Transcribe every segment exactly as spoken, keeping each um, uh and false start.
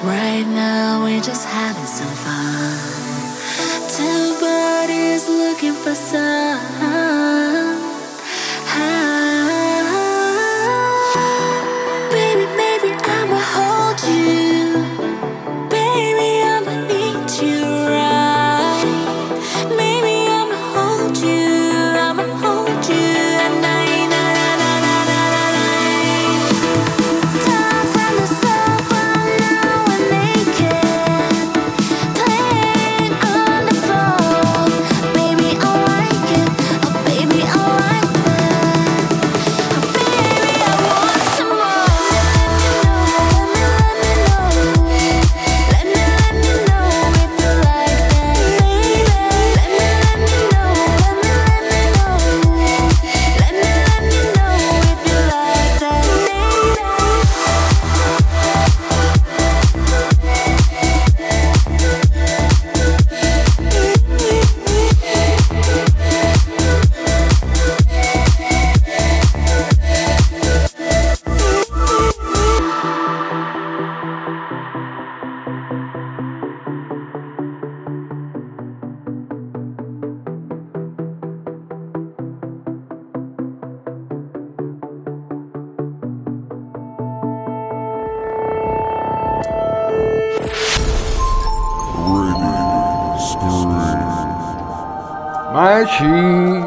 Right now we're just having some fun. Two bodies looking for some. Ah, baby, baby, I'ma hold you. Baby, I'ma need you right. Maybe I'ma hold you. I'ma hold you at night, night, night, night, night, night, night. Time from the sofa, now we're naked, playing on the floor. Baby, I like it. Oh, baby, I like that. Oh, baby, I want some more. Let me know, let me, let me know. Let me, let me know if you like that, baby. Let me, let me know, let me, let me know. Let me, let me know if you like that, baby. Maci,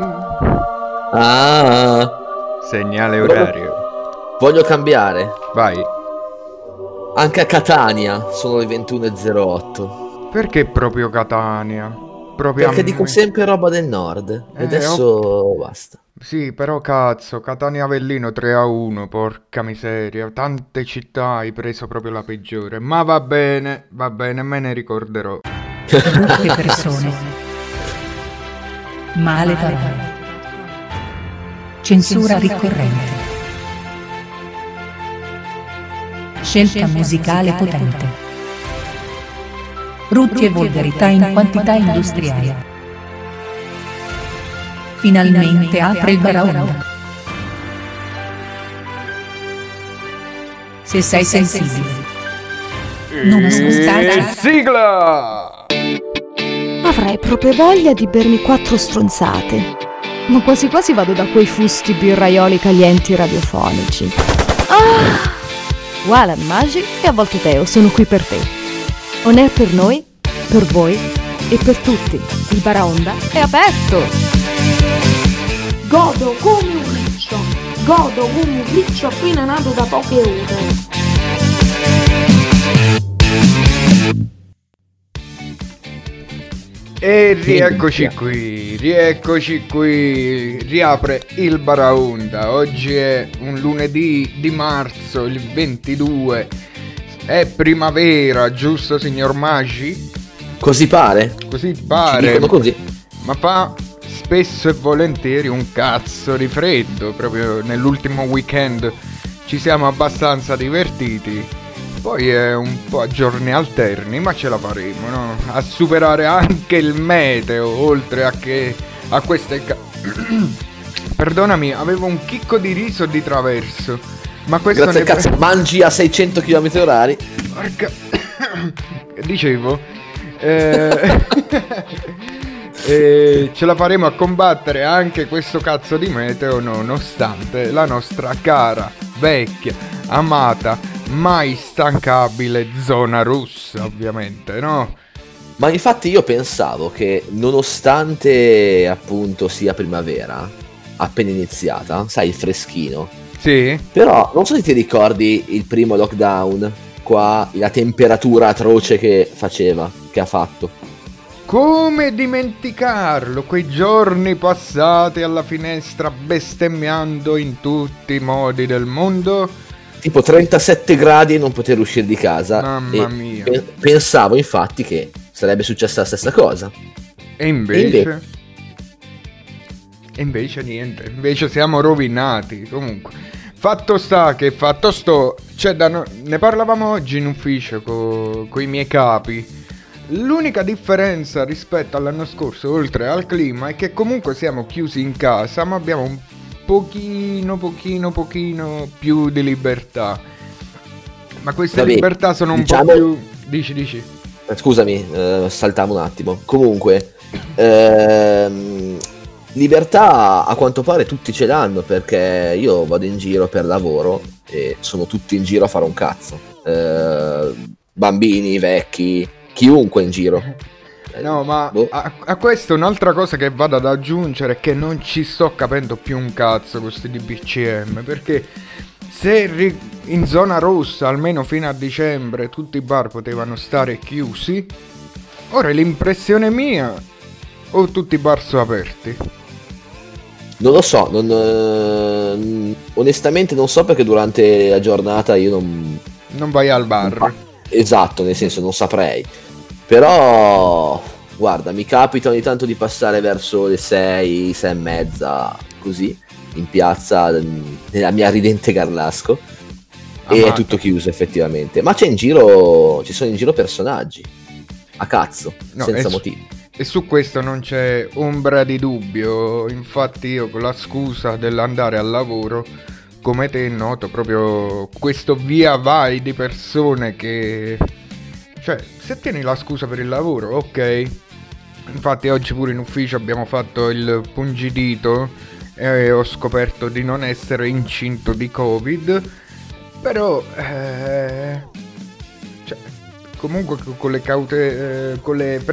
Ah, segnale orario. voglio cambiare. Vai. Anche a Catania sono le ventuno e zero otto. Perché proprio Catania? Proprio Perché a dico me. sempre roba del nord. E Eh, adesso basta. Sì, però cazzo, Catania Avellino tre a uno, porca miseria. Tante città hai preso proprio la peggiore. Ma va bene, va bene, me ne ricorderò. Brutte persone, male parole, censura ricorrente, scelta musicale potente, brutti e volgarità in quantità industriale. Finalmente apre il baraonda. Se sei sensibile, non E ascoltare. sigla! Avrei proprio voglia di bermi quattro stronzate. Ma quasi quasi vado da quei fusti birraioli calienti radiofonici. Ah! Walan Magi e a volte Teo sono qui per te. On air per noi, per voi e per tutti. Il Baraonda è aperto! Godo come un riccio, godo come un riccio appena nato da poche ore. E rieccoci qui, rieccoci qui, riapre il Baraonda. Oggi è un lunedì di marzo, il ventidue. È primavera, giusto signor Magi? Così pare? Così Ci pare. dicono così. Ma fa spesso e volentieri un cazzo di freddo. Proprio nell'ultimo weekend ci siamo abbastanza divertiti. Poi è un po' a giorni alterni, ma ce la faremo, no? A superare anche il meteo, oltre a che a queste ca- Perdonami, avevo un chicco di riso di traverso. Ma questo Grazie al ne cazzo, mangi a seicento chilometri orari. Porca... Dicevo eh... e ce la faremo a combattere anche questo cazzo di meteo, nonostante la nostra cara, vecchia, amata, mai stancabile zona russa, ovviamente, no? Ma infatti io pensavo che nonostante appunto sia primavera, appena iniziata, sai, il freschino, Sì? però non so se ti ricordi il primo lockdown, qua la temperatura atroce che faceva, che ha fatto. Come dimenticarlo, quei giorni passati alla finestra bestemmiando in tutti i modi del mondo? Tipo trentasette gradi e non poter uscire di casa. Mamma e mia. pe- pensavo infatti che sarebbe successa la stessa cosa. E invece... E inve- E invece niente, invece siamo rovinati. Comunque, fatto sta che fatto sto, c'è da no- ne parlavamo oggi in ufficio con i miei capi. L'unica differenza rispetto all'anno scorso, oltre al clima, è che comunque siamo chiusi in casa, ma abbiamo un pochino, pochino, pochino più di libertà. Ma queste Vabbè, libertà sono un diciamo- po' più... Dici, dici. Eh, Scusami, eh, saltavo un attimo. Comunque, ehm, libertà a quanto pare tutti ce l'hanno, perché io vado in giro per lavoro e sono tutti in giro a fare un cazzo. Eh, bambini, vecchi, chiunque in giro. Eh, No, ma boh. a, a questo un'altra cosa che vado ad aggiungere è che non ci sto capendo più un cazzo con questi D B C M, perché se ri- in zona rossa, almeno fino a dicembre, tutti i bar potevano stare chiusi, ora è l'impressione mia o tutti i bar sono aperti? Non lo so, non, eh, onestamente non so, perché durante la giornata io non... Non vai al bar. Esatto, nel senso non saprei. Però, guarda, mi capita ogni tanto di passare verso le sei, sei e mezza, così, in piazza, nella mia ridente Garlasco, e Ah, è ma- tutto chiuso effettivamente. Ma c'è in giro, ci sono in giro personaggi, a cazzo, No, senza e su- motivo. E su questo non c'è ombra di dubbio, infatti io con la scusa dell'andare al lavoro, come te noto proprio questo via vai di persone che... Cioè, se tieni la scusa per il lavoro, ok. Infatti oggi pure in ufficio abbiamo fatto il pungidito e ho scoperto di non essere incinto di Covid, però... Eh... Cioè, comunque co- con le, caute- eh, con le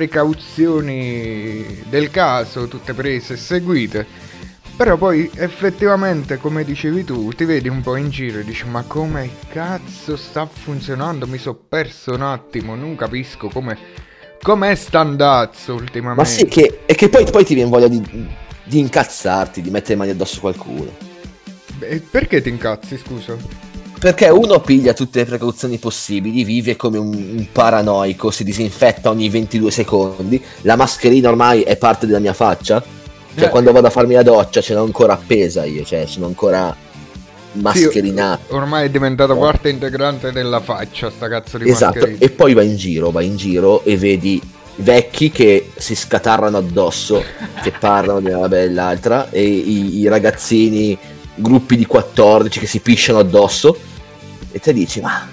precauzioni del caso, tutte prese e seguite. Però poi effettivamente, come dicevi tu, ti vedi un po' in giro e dici: ma come cazzo sta funzionando? Mi sono perso un attimo, non capisco come... Com'è standazzo ultimamente. Ma sì, che, e che poi, poi ti viene voglia di, di incazzarti, di mettere le mani addosso a qualcuno. Beh, perché ti incazzi, scusa? Perché uno piglia tutte le precauzioni possibili, vive come un, un paranoico, si disinfetta ogni ventidue secondi, la mascherina ormai è parte della mia faccia, cioè Eh. quando vado a farmi la doccia ce l'ho ancora appesa io, cioè sono ancora mascherinato. Ormai è diventata parte integrante della faccia sta cazzo di Esatto, mascherina. e poi vai in giro, vai in giro e vedi vecchi che si scatarrano addosso, che parlano di una roba e dell'altra, e i, i ragazzini, gruppi di quattordici che si pisciano addosso, e te dici, ma...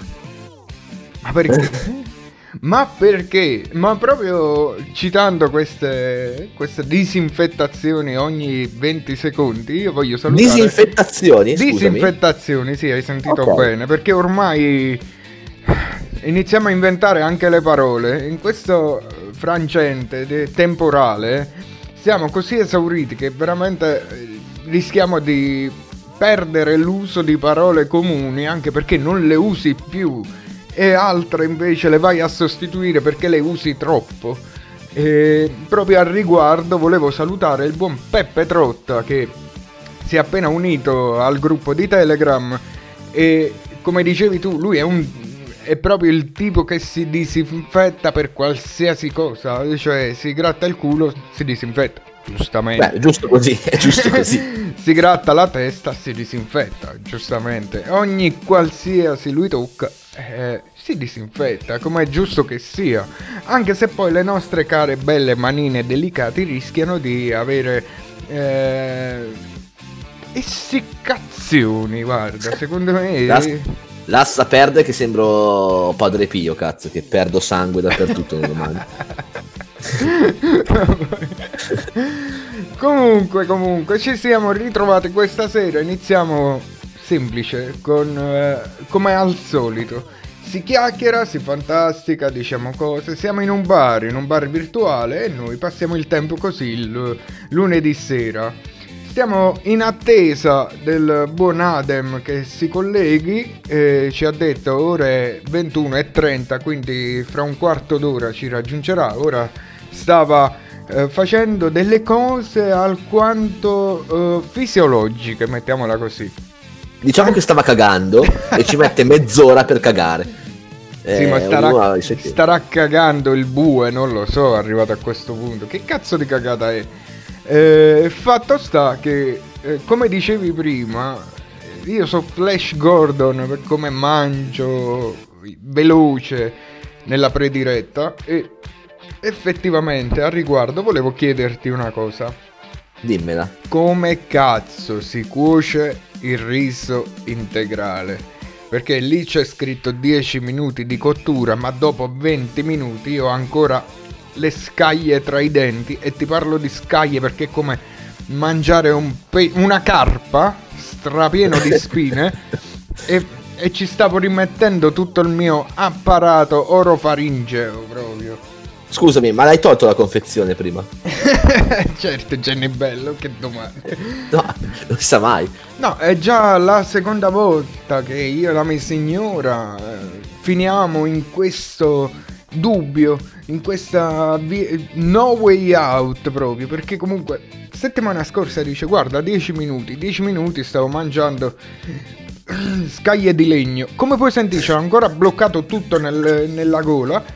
Ma perché? Ma perché? Ma proprio citando queste, queste disinfettazioni ogni venti secondi, io voglio salutare... Disinfettazioni, scusami. Disinfettazioni, sì, hai sentito Ok. bene, perché ormai iniziamo a inventare anche le parole. In questo frangente de- temporale siamo così esauriti che veramente eh, rischiamo di perdere l'uso di parole comuni, anche perché non le usi più, e altre invece le vai a sostituire perché le usi troppo. E proprio al riguardo volevo salutare il buon Peppe Trotta, che si è appena unito al gruppo di Telegram, e come dicevi tu, lui è un è proprio il tipo che si disinfetta per qualsiasi cosa, cioè si gratta il culo, si disinfetta, giustamente. Beh, giusto così, è giusto così. Si gratta la testa, si disinfetta, giustamente. Ogni qualsiasi lui tocca eh, si disinfetta, come è giusto che sia. Anche se poi le nostre care belle manine delicate rischiano di avere eh, essiccazioni, guarda, secondo me... Las- Lascia perdere che sembro Padre Pio, cazzo, che perdo sangue dappertutto nelle mani. Comunque, comunque, ci siamo ritrovati questa sera. Iniziamo semplice, con eh, come al solito. Si chiacchiera, si fantastica, diciamo cose. Siamo in un bar, in un bar virtuale, e noi passiamo il tempo così il lunedì sera. Stiamo in attesa del buon Adem che si colleghi, eh, ci ha detto ore ventuno e trenta, quindi fra un quarto d'ora ci raggiungerà. Ora stava eh, facendo delle cose alquanto eh, fisiologiche, mettiamola così. Diciamo che stava cagando e ci mette mezz'ora per cagare. Sì, Eh, ma ognuno ha starà, i suoi tempi. starà cagando il bue, non lo so, arrivato a questo punto. Che cazzo di cagata è? Eh, fatto sta che, eh, come dicevi prima, io so Flash Gordon per come mangio veloce nella prediretta, e effettivamente a riguardo volevo chiederti una cosa. Dimmela. Come cazzo si cuoce il riso integrale? perché lì c'è scritto dieci minuti di cottura, ma dopo venti minuti io ho ancora le scaglie tra i denti, e ti parlo di scaglie perché è come mangiare un pe- una carpa strapieno di spine e, e ci stavo rimettendo tutto il mio apparato orofaringeo proprio. Scusami, ma l'hai tolto la confezione prima? Certo, Jenny Bello, che domanda. No, non sa mai. No, è già la seconda volta che io e la mia signora eh, finiamo in questo dubbio, in questa vi- no way out proprio, perché comunque settimana scorsa dice guarda dieci minuti, dieci minuti stavo mangiando scaglie di legno, come puoi sentire c'ho ancora bloccato tutto nel- nella gola.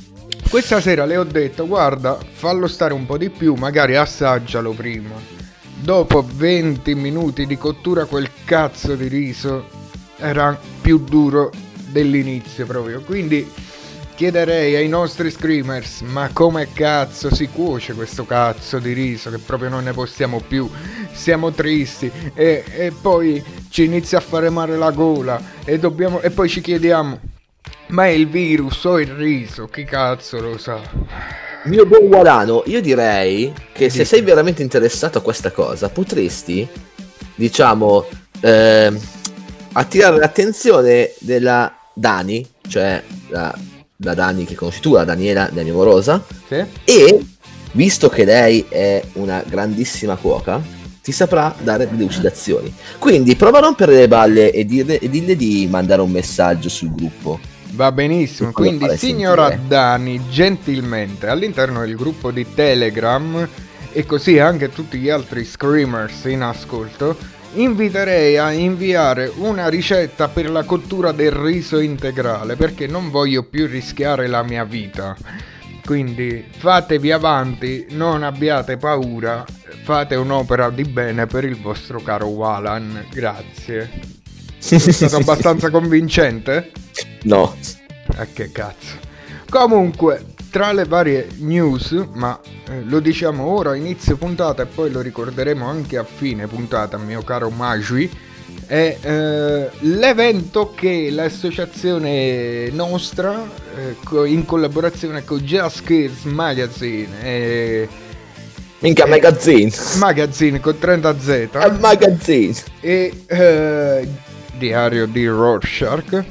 Questa sera le ho detto guarda fallo stare un po' di più, magari assaggialo prima. Dopo venti minuti di cottura quel cazzo di riso era più duro dell'inizio proprio, quindi chiederei ai nostri screamers ma come cazzo si cuoce questo cazzo di riso che proprio non ne possiamo più, siamo tristi e, e poi ci inizia a fare male la gola e dobbiamo e poi ci chiediamo ma è il virus o il riso, chi cazzo lo sa. Mio buon Guarano, io direi che se sei veramente interessato a questa cosa potresti, diciamo, eh, attirare l'attenzione della Dani, cioè la, la Dani che conosci tu, la Daniela, la mia amorosa, Sì? e visto che lei è una grandissima cuoca ti saprà dare delle lucidazioni, quindi prova a rompere le balle e dirle, e dirle di mandare un messaggio sul gruppo. Va benissimo, quindi signora sentire. Dani, gentilmente all'interno del gruppo di Telegram e così anche tutti gli altri screamers in ascolto, inviterei a inviare una ricetta per la cottura del riso integrale, perché non voglio più rischiare la mia vita. Quindi fatevi avanti, non abbiate paura, fate un'opera di bene per il vostro caro Walan, grazie. È stato abbastanza convincente? No. Eh, che cazzo. Comunque, tra le varie news, ma eh, lo diciamo ora, inizio puntata e poi lo ricorderemo anche a fine puntata, mio caro Magi, è eh, l'evento che l'associazione nostra, eh, co- in collaborazione con Just Kids Magazine e... Minchia, e magazine. Magazine con trenta Z. Magazine. E eh, Diario di Rorschach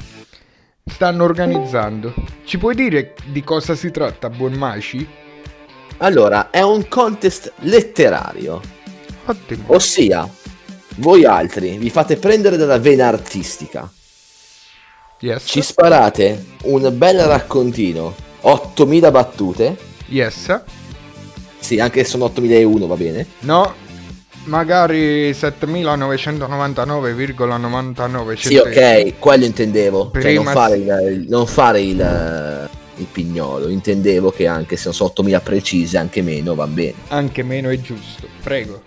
stanno organizzando. Ci puoi dire di cosa si tratta, buon Maci? Allora, è un contest letterario. Ottimo. Ossia, voi altri vi fate prendere dalla vena artistica. Yes. Ci sparate un bel raccontino, ottomila battute. Yes. Sì, anche se sono ottomilauno va bene. No, magari settemilanovecentovantanove virgola novantanove. Sì, ok, quello intendevo. Cioè, non Prima fare, sì. il, non fare il, il pignolo. Intendevo che anche se non sono ottomila precise, anche meno va bene. Anche meno è giusto, prego.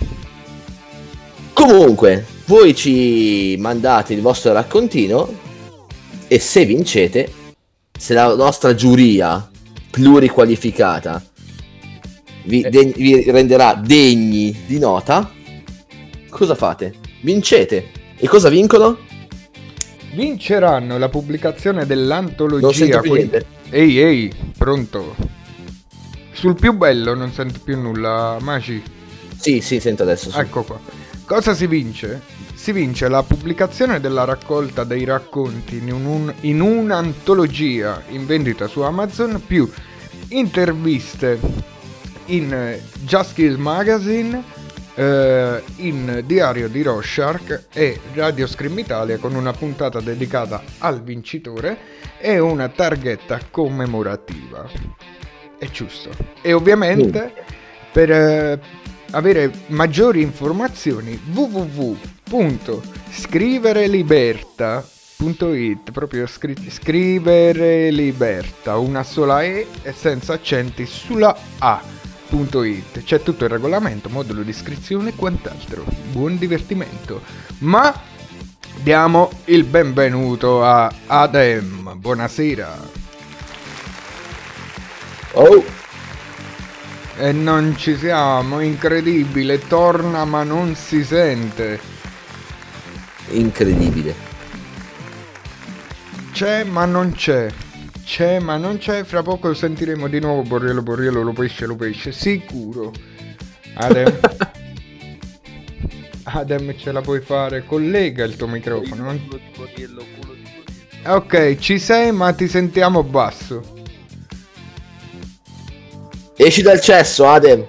Comunque, voi ci mandate il vostro raccontino e se vincete, se la nostra giuria pluriqualificata vi, de- vi renderà degni di nota, cosa fate? Vincete. E cosa vincono? Vinceranno la pubblicazione dell'antologia. Non sento più quindi... niente. Ehi, ehi, pronto. Sul più bello non sento più nulla, Maci. Sì, sì, sento adesso. Sì. Ecco qua. Cosa si vince? Si vince la pubblicazione della raccolta dei racconti in, un, in un'antologia in vendita su Amazon, più interviste in Just Kids Magazine, eh, in Diario di Rorschach e Radio Scream Italia con una puntata dedicata al vincitore e una targhetta commemorativa. È giusto. E ovviamente mm. per eh, avere maggiori informazioni w w w punto scrivere liberta punto it, proprio scri- scrivere liberta, una sola E e senza accenti sulla A.it. C'è tutto il regolamento, modulo di iscrizione e quant'altro. Buon divertimento. Ma diamo il benvenuto a Adem. Buonasera. Oh. E non ci siamo, incredibile, torna ma non si sente. Incredibile. C'è ma non c'è. C'è ma non c'è. Fra poco sentiremo di nuovo Borriello Borriello, lo pesce lo pesce. Sicuro. Adem. Adem, ce la puoi fare? Collega il tuo microfono. non- Ok, ci sei ma ti sentiamo basso. Esci dal cesso, Adem.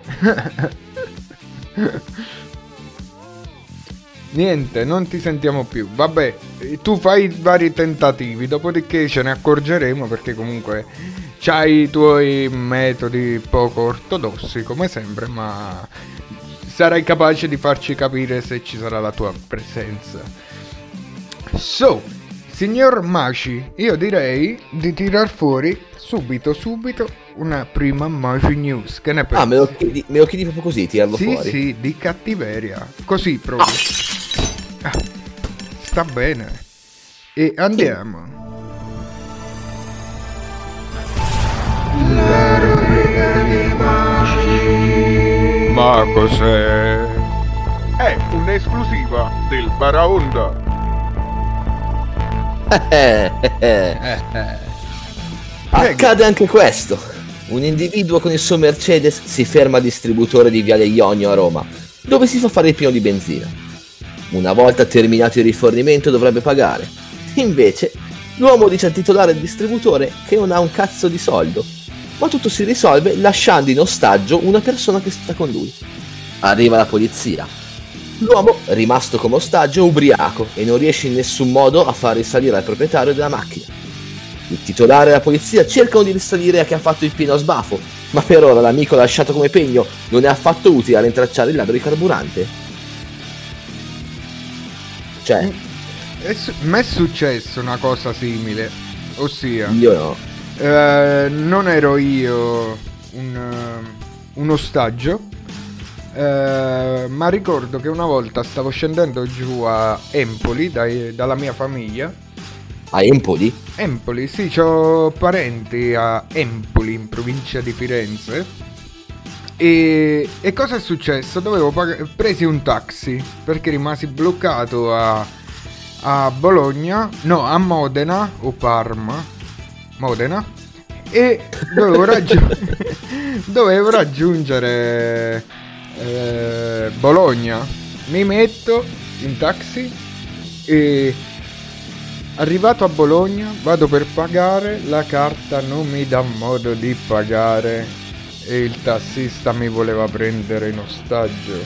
Niente, non ti sentiamo più. Vabbè, tu fai vari tentativi, dopodiché ce ne accorgeremo perché comunque c'hai i tuoi metodi poco ortodossi come sempre, ma sarai capace di farci capire se ci sarà la tua presenza. So, signor Maci, io direi di tirar fuori subito subito una prima Maci News. Che ne pensi? Ah, me lo chiedi, me lo chiedi proprio così, tirarlo Sì, fuori. sì, di cattiveria. Così proprio. Ah, sta bene. E andiamo. Ma cos'è? È un'esclusiva del Baraonda. Eh, eh, eh. Eh, eh. Accade anche questo. Un individuo con il suo Mercedes si ferma al distributore di Viale Ionio a Roma, dove si fa fare il pieno di benzina. Una volta terminato il rifornimento dovrebbe pagare. Invece, l'uomo dice al titolare del distributore che non ha un cazzo di soldo, ma tutto si risolve lasciando in ostaggio una persona che sta con lui. Arriva la polizia. L'uomo, rimasto come ostaggio, è ubriaco e non riesce in nessun modo a far risalire al proprietario della macchina. Il titolare e la polizia cercano di risalire a chi ha fatto il pieno a sbafo, ma per ora l'amico lasciato come pegno non è affatto utile a rintracciare il ladro di carburante. Cioè, È su- mi è successo una cosa simile. Ossia, io no. eh, non ero io un, eh, un ostaggio, eh, ma ricordo che una volta stavo scendendo giù a Empoli dai- dalla mia famiglia. A Empoli? Empoli, sì, c'ho parenti a Empoli, in provincia di Firenze. E, e cosa è successo? Dovevo pagare, presi un taxi perché rimasi bloccato a, a Bologna, no, a Modena o Parma, Modena, e dovevo, raggiu- dovevo raggiungere eh, Bologna. Mi metto in taxi e arrivato a Bologna vado per pagare, la carta non mi dà modo di pagare e il tassista mi voleva prendere in ostaggio.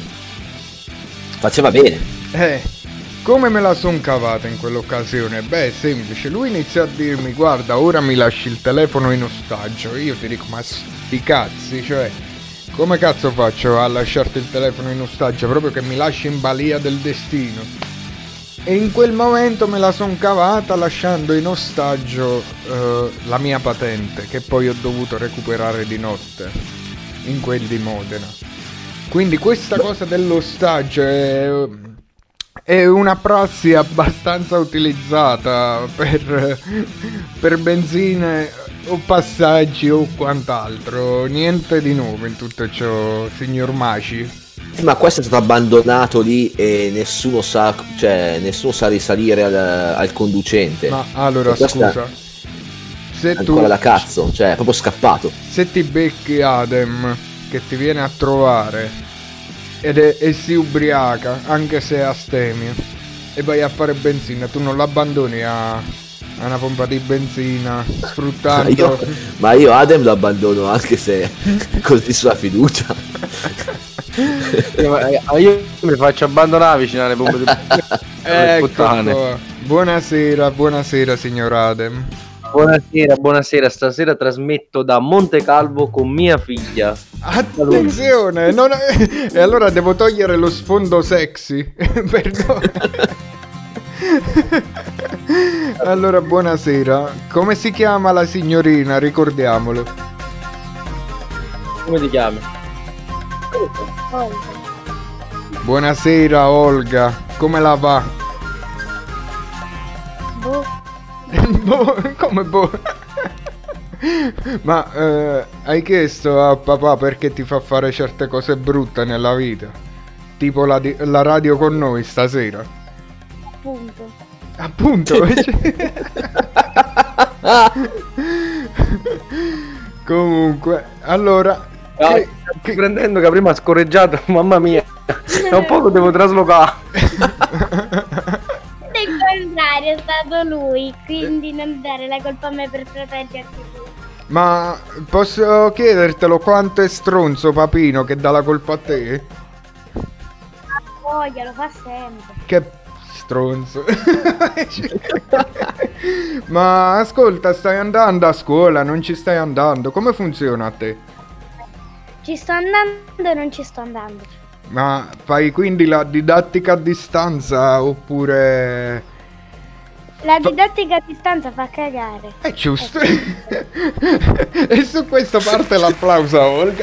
Faceva bene. Eh, come me la son cavata in quell'occasione? Beh, è semplice, lui inizia a dirmi guarda, ora mi lasci il telefono in ostaggio. Io ti dico, ma sti cazzi, cioè, come cazzo faccio a lasciarti il telefono in ostaggio? Proprio che mi lasci in balia del destino. E in quel momento me la son cavata lasciando in ostaggio eh, la mia patente, che poi ho dovuto recuperare di notte in quel di Modena. Quindi questa cosa dell'ostaggio è, è una prassi abbastanza utilizzata per, per benzine o passaggi o quant'altro. Niente di nuovo in tutto ciò, signor Maci. Ma questo è stato abbandonato lì e nessuno sa, cioè, nessuno sa risalire al, al conducente. Ma allora E questa scusa, se tu Ancora la cazzo, cioè è proprio scappato. se ti becchi Adem che ti viene a trovare ed è, e si ubriaca anche se è astemio e vai a fare benzina, tu non l'abbandoni a, a una pompa di benzina Ma sfruttando io, ma io Adem lo abbandono anche se così sulla fiducia. Io, eh, io mi faccio abbandonare vicino alle pompe di alle ecco puttane. qua. Buonasera, buonasera signor Adem. Buonasera, buonasera. Stasera trasmetto da Monte Calvo con mia figlia. Attenzione, non è- e allora devo togliere lo sfondo sexy. Perdona. Allora, buonasera. Come si chiama la signorina? Ricordiamolo. Come ti chiami? Buonasera Olga. Come la va? Boh, Boh, come boh? Ma eh, hai chiesto a papà perché ti fa fare certe cose brutte nella vita? Tipo la, di- la radio con noi stasera. appunto. Appunto. Comunque, allora... Ah, che- sto prendendo che prima ha scorreggiato, mamma mia. Tra un poco devo traslocare. Del contrario, è stato lui, quindi non dare la colpa a me per proteggerti tu. Ma posso chiedertelo quanto è stronzo Papino che dà la colpa a te? Voglia, lo fa sempre. Che stronzo. Ma ascolta, stai andando a scuola, non ci stai andando? Come funziona a te? Ci sto andando e non ci sto andando. Ma fai quindi la didattica a distanza oppure... La didattica a distanza fa cagare. È giusto. E su questo parte l'applauso a Olga.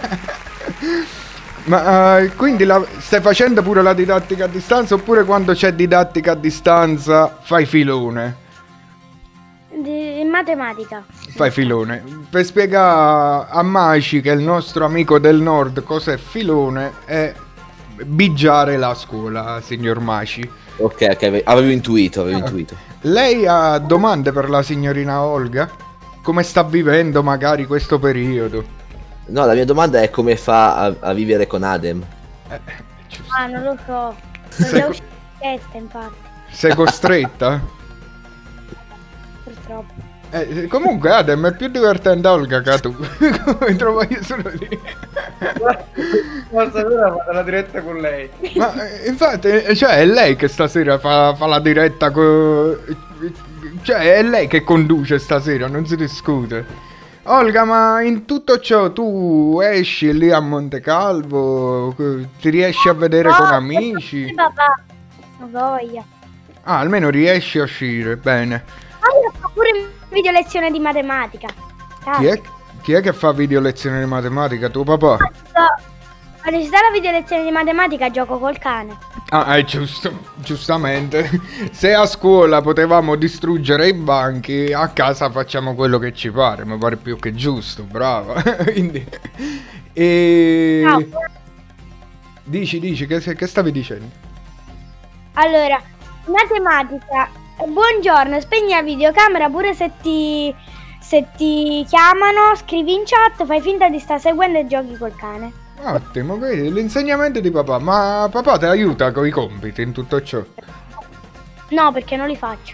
Ma eh, quindi la, stai facendo pure la didattica a distanza oppure quando c'è didattica a distanza fai filone? Di- in matematica. Fai filone. Per spiegare a Maci, che è il nostro amico del nord, cos'è filone, è bigiare la scuola, signor Maci. Ok, ok, avevo intuito, avevo intuito. Lei ha domande per la signorina Olga? Come sta vivendo magari questo periodo? No, la mia domanda è come fa a, a vivere con Adem. Eh, giusto. Ah, non lo so. Non Sei è co- uscita di testa, infatti. Sei costretta? Purtroppo. Eh, comunque Adem è più divertente Olga che tu. Come trovo io solo lì. Forse ora vado la diretta con lei. Ma eh, infatti, eh, cioè è lei che stasera fa, fa la diretta co... Cioè è lei che conduce stasera, non si discute. Olga, ma in tutto ciò tu esci lì a Montecalvo? Ti riesci a vedere con amici? Sì, papà. Non voglia. Ah, almeno riesci a uscire, bene. Ah, io fa pure video lezione di matematica. Chi è, chi è che fa video lezione di matematica? Tuo papà? Quando ci sta la video lezione di matematica gioco col cane. Ah, è giusto, giustamente. Se a scuola potevamo distruggere i banchi, a casa facciamo quello che ci pare. Mi pare più che giusto, brava. Quindi... E... No. Dici, dici, che, che stavi dicendo? Allora, matematica. Buongiorno, spegni la videocamera pure se ti, se ti chiamano, scrivi in chat, fai finta di stare seguendo e giochi col cane. Ottimo, vedi, l'insegnamento di papà. Ma papà ti aiuta con i compiti in tutto ciò? No, perché non li faccio.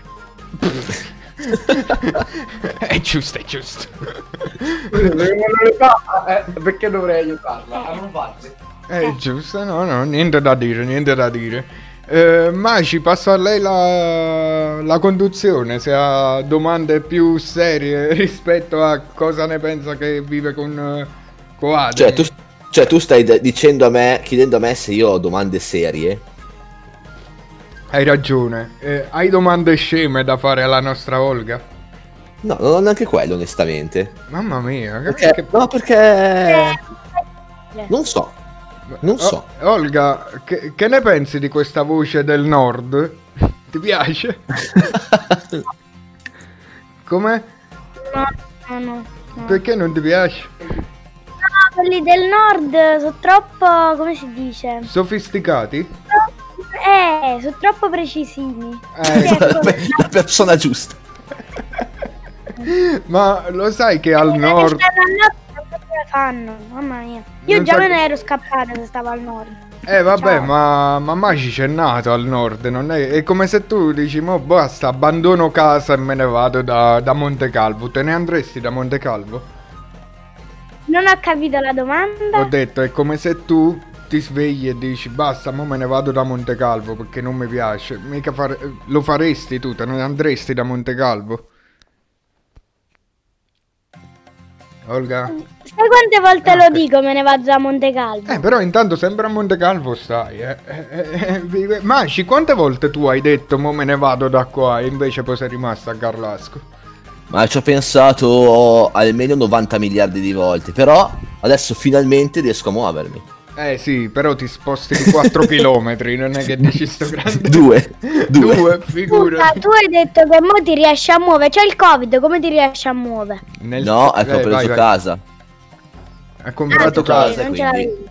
È giusto, è giusto. Se non le fa, eh, perché dovrei aiutarla? A non farli. È giusto, no, no, niente da dire, niente da dire. Eh, Maci, passo a lei la, la conduzione, se ha domande più serie rispetto a cosa ne pensa che vive con, eh, con Adem. Cioè tu, cioè, tu stai de- dicendo a me, chiedendo a me se io ho domande serie. Hai ragione. Eh, hai domande sceme da fare alla nostra Olga? No, non ho neanche quello, onestamente. Mamma mia, che- Perché, che... no, perché... Non so. Non so. O- Olga, che, che ne pensi di questa voce del nord? Ti piace? Come? No, no, no. no. Perché non ti piace? No, quelli del nord sono troppo, come si dice? Sofisticati? Eh, sono troppo precisini. Eh, La persona giusta. ma lo sai che al nord... Fanno, mamma mia. Io Non già so- me ne ero scappata se stavo al nord. Eh vabbè, Ciao. ma, ma Maci c'è nato al nord, non è... È come se tu dici, mo basta, abbandono casa e me ne vado da, da Montecalvo. Te ne andresti da Montecalvo? Non ho capito la domanda. Ho detto, è come se tu ti svegli e dici, basta, mo me ne vado da Montecalvo perché non mi piace. Mica fare... Lo faresti tu, te ne andresti da Montecalvo? Olga? Sai quante volte Ah, lo ok. dico me ne vado da Montecalvo? Eh, però intanto sempre a Montecalvo stai, eh. Eh, eh, eh, vive- Maci, quante volte tu hai detto mo me ne vado da qua e invece poi sei rimasta a Carlasco? Ma ci ho pensato almeno novanta miliardi di volte. Però adesso finalmente riesco a muovermi. Eh sì, però ti sposti di quattro chilometri, non è che dici sto grande... Due. Due. Due, Scusa, figurati. tu hai detto che mo ti riesci a muovere. C'è il Covid, come ti riesci a muovere? Nel- No, eh, ecco, ho preso vai, vai. casa. Ha comprato Ah, casa. non quindi. ce l'avevi.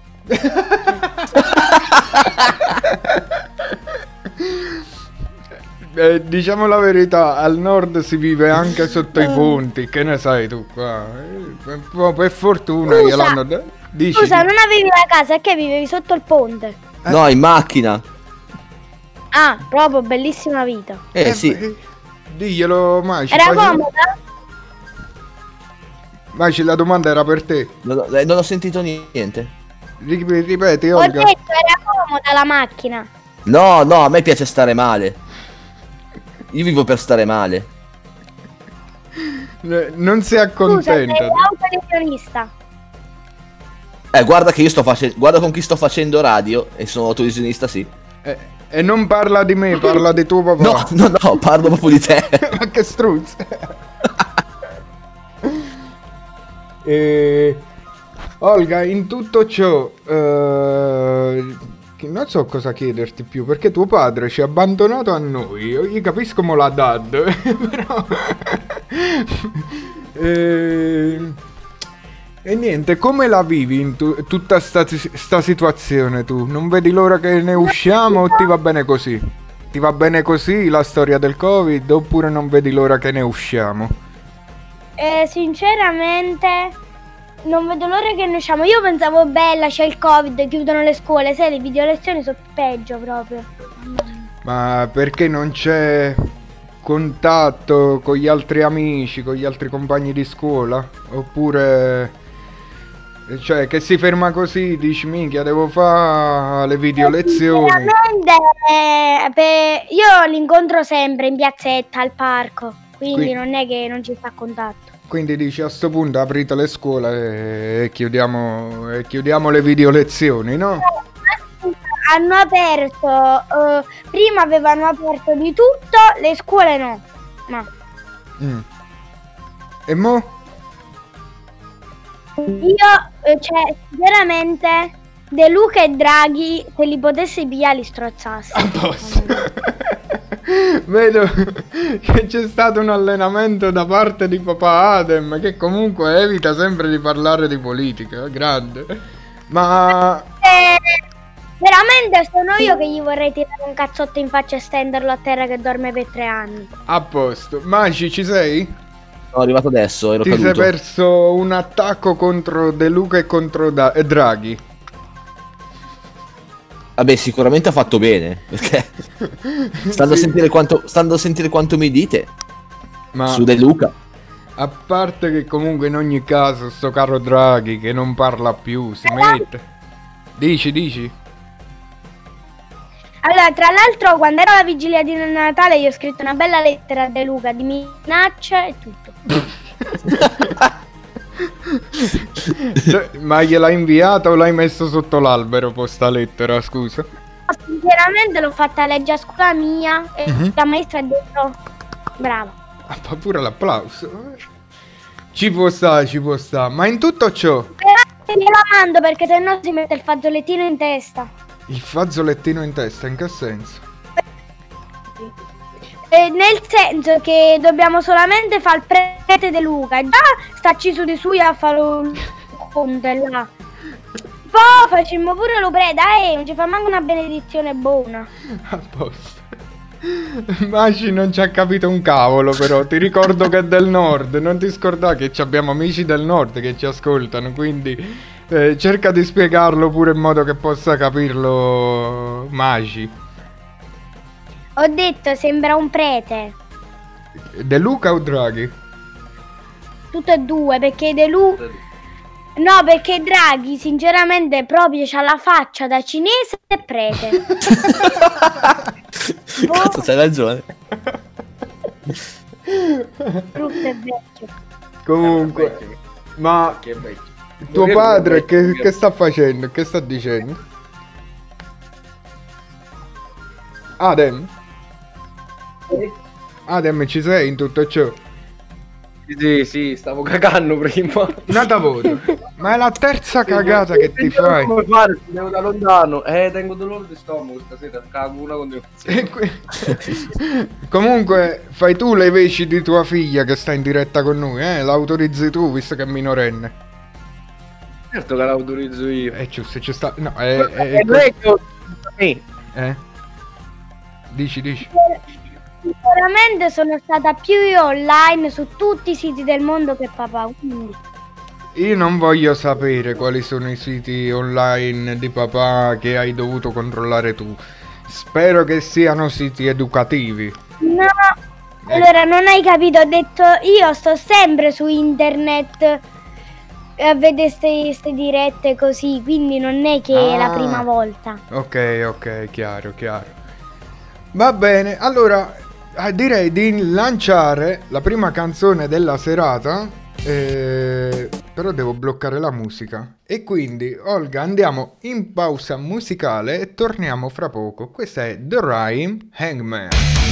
Eh, diciamo la verità, al nord si vive anche sotto i ponti, che ne sai tu qua? Eh, per, per fortuna Scusa, gliel'hanno da- dici, Scusa, non avevi la casa, è che vivevi sotto il ponte. No, in macchina. Ah, proprio bellissima vita. Eh, eh, sì. eh, diglielo Maci. Era facci- comoda? Maci, la domanda era per te. Non, ho- eh, non ho sentito niente. Rip- Ripeti, Ho Olga. detto era comoda la macchina. No, no, a me piace stare male. Io vivo per stare male. Eh, Non si Scusa, sei accontenta. autolesionista. Eh, guarda che io sto facendo. Guarda con chi sto facendo radio. E sono autolesionista, sì. Eh, e non parla di me, parla di tuo papà. No, no, no, parlo proprio di te. Ma che struzzo. E... Olga, in tutto ciò, eh, che non so cosa chiederti più, perché tuo padre ci ha abbandonato a noi. Io capisco mo la dad, però... e... e niente, come la vivi in tu- tutta sta, sta situazione tu? Non vedi l'ora che ne usciamo o ti va bene così? Ti va bene così la storia del Covid oppure non vedi l'ora che ne usciamo? Eh, sinceramente, non vedo l'ora che ne usciamo. Io pensavo, bella, c'è il Covid, chiudono le scuole. Sai, le video lezioni sono peggio proprio. Ma perché non c'è contatto con gli altri amici, con gli altri compagni di scuola? Oppure... Cioè, che si ferma così, dici, minchia, devo fare le video lezioni. Sinceramente, eh, per- io li incontro sempre in piazzetta, al parco. Quindi Qui- non è che non ci sta contatto. Quindi dici, a sto punto aprite le scuole e chiudiamo, e chiudiamo le video lezioni, no? Hanno aperto, eh, prima avevano aperto di tutto, le scuole no. Ma Mm. E mo? io, eh, cioè, veramente, De Luca e Draghi, se li potessi pigliare, li strozzassi. A posto. Vedo che c'è stato un allenamento da parte di papà Adem, che comunque evita sempre di parlare di politica, grande. Ma Eh, veramente sono io che gli vorrei tirare un cazzotto in faccia e stenderlo a terra che dorme per tre anni. a posto. Maci, ci sei? Sono arrivato adesso, ero Ti sei caduto. perso un attacco contro De Luca e contro Da- e Draghi. Vabbè, sicuramente ha fatto bene. Perché stando, Sì. a sentire quanto, stando a sentire quanto mi dite Ma su De Luca. a parte che comunque in ogni caso sto caro Draghi che non parla più, si mette. Dici, dici. Allora, tra l'altro, quando era la vigilia di Natale, io ho scritto una bella lettera a De Luca di minacce e tutto. Ma gliel'hai inviata o l'hai messo sotto l'albero posta lettera, scusa? Sinceramente l'ho fatta leggere a scuola mia e Mhm. la maestra ha detto brava. Ah, fa pure l'applauso. Ci può stare, ci può stare. Ma in tutto ciò, Però gliela mando perché sennò si mette il fazzolettino in testa. il fazzolettino in testa, in che senso? Eh, nel senso che dobbiamo solamente fare il prete De Luca. Già stacci su di sui a fare un ponte là. Poi facciamo pure lo prete, eh, non ci fa manco una benedizione buona. A posto. Maci non ci ha capito un cavolo, però ti ricordo che è del nord, non ti scordare che ci abbiamo amici del nord che ci ascoltano, quindi eh, cerca di spiegarlo pure in modo che possa capirlo Maci. Ho detto sembra un prete. De Luca o Draghi? Tutte e due, perché De Luca... No, perché Draghi sinceramente proprio c'ha la faccia da cinese e prete. Cazzo, c'hai ragione. Brutto e vecchio. Comunque, ma Che vecchio. tuo padre che, che sta facendo? Che sta dicendo? Adem? Adem, ci sei in tutto ciò? Sì, sì, stavo cagando prima. Nata voto. Ma è la terza cagata che ti fai. Come fare? Ti devo da lontano. Eh, tengo dolore di stomaco stasera. Cago una continuazione. E qui- Comunque, fai tu le veci di tua figlia che sta in diretta con noi, eh? L'autorizzi tu, visto che è minorenne. Certo che l'autorizzo io. Eh, giusto, ci sta... No, è... Eh, è- non è che ho- eh, Eh? Dici, dici. sicuramente sono stata più online su tutti i siti del mondo che papà, quindi... Io non voglio sapere quali sono i siti online di papà che hai dovuto controllare tu. Spero che siano siti educativi. No, allora non hai capito, ho detto io sto sempre su internet a vedere queste dirette così, quindi non è che è la Ah. prima volta. Ok, ok, chiaro, chiaro. Va bene, allora eh, direi di lanciare la prima canzone della serata. eh, Però devo bloccare la musica. E quindi, Olga, andiamo in pausa musicale e torniamo fra poco. Questa è The Rhyme Hangman.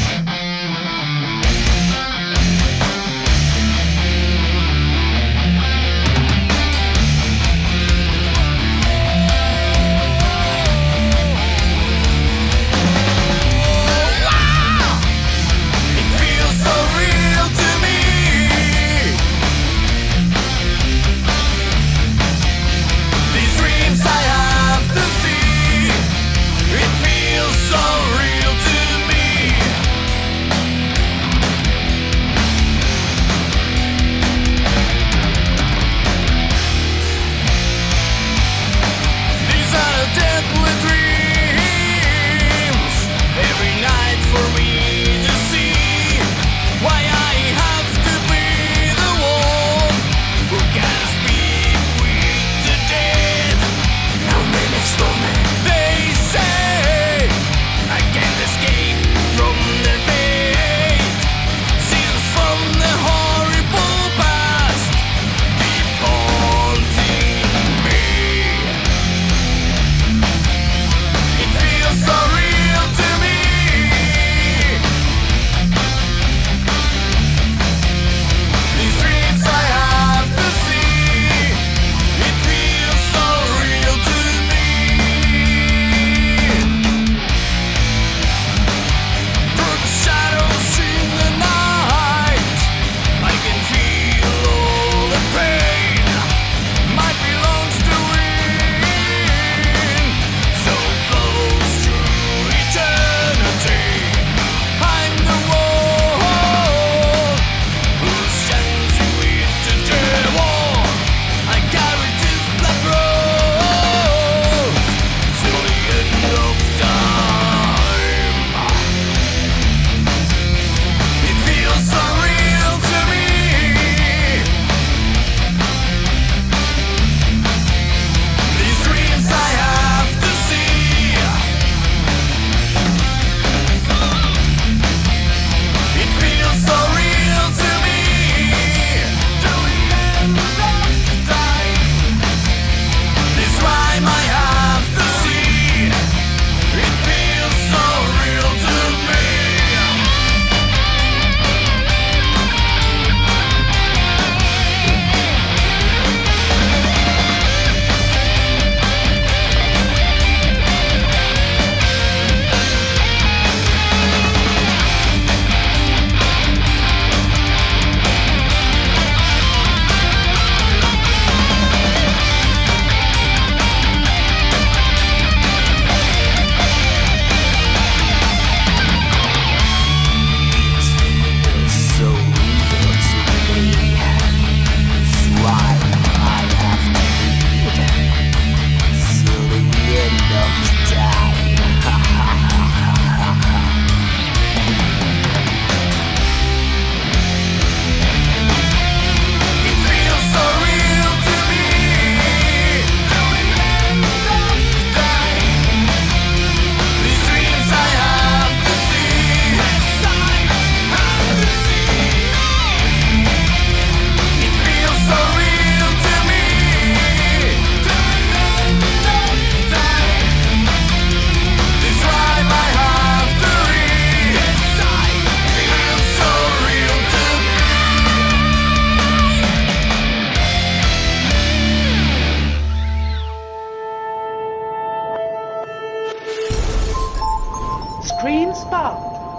Screen Spot.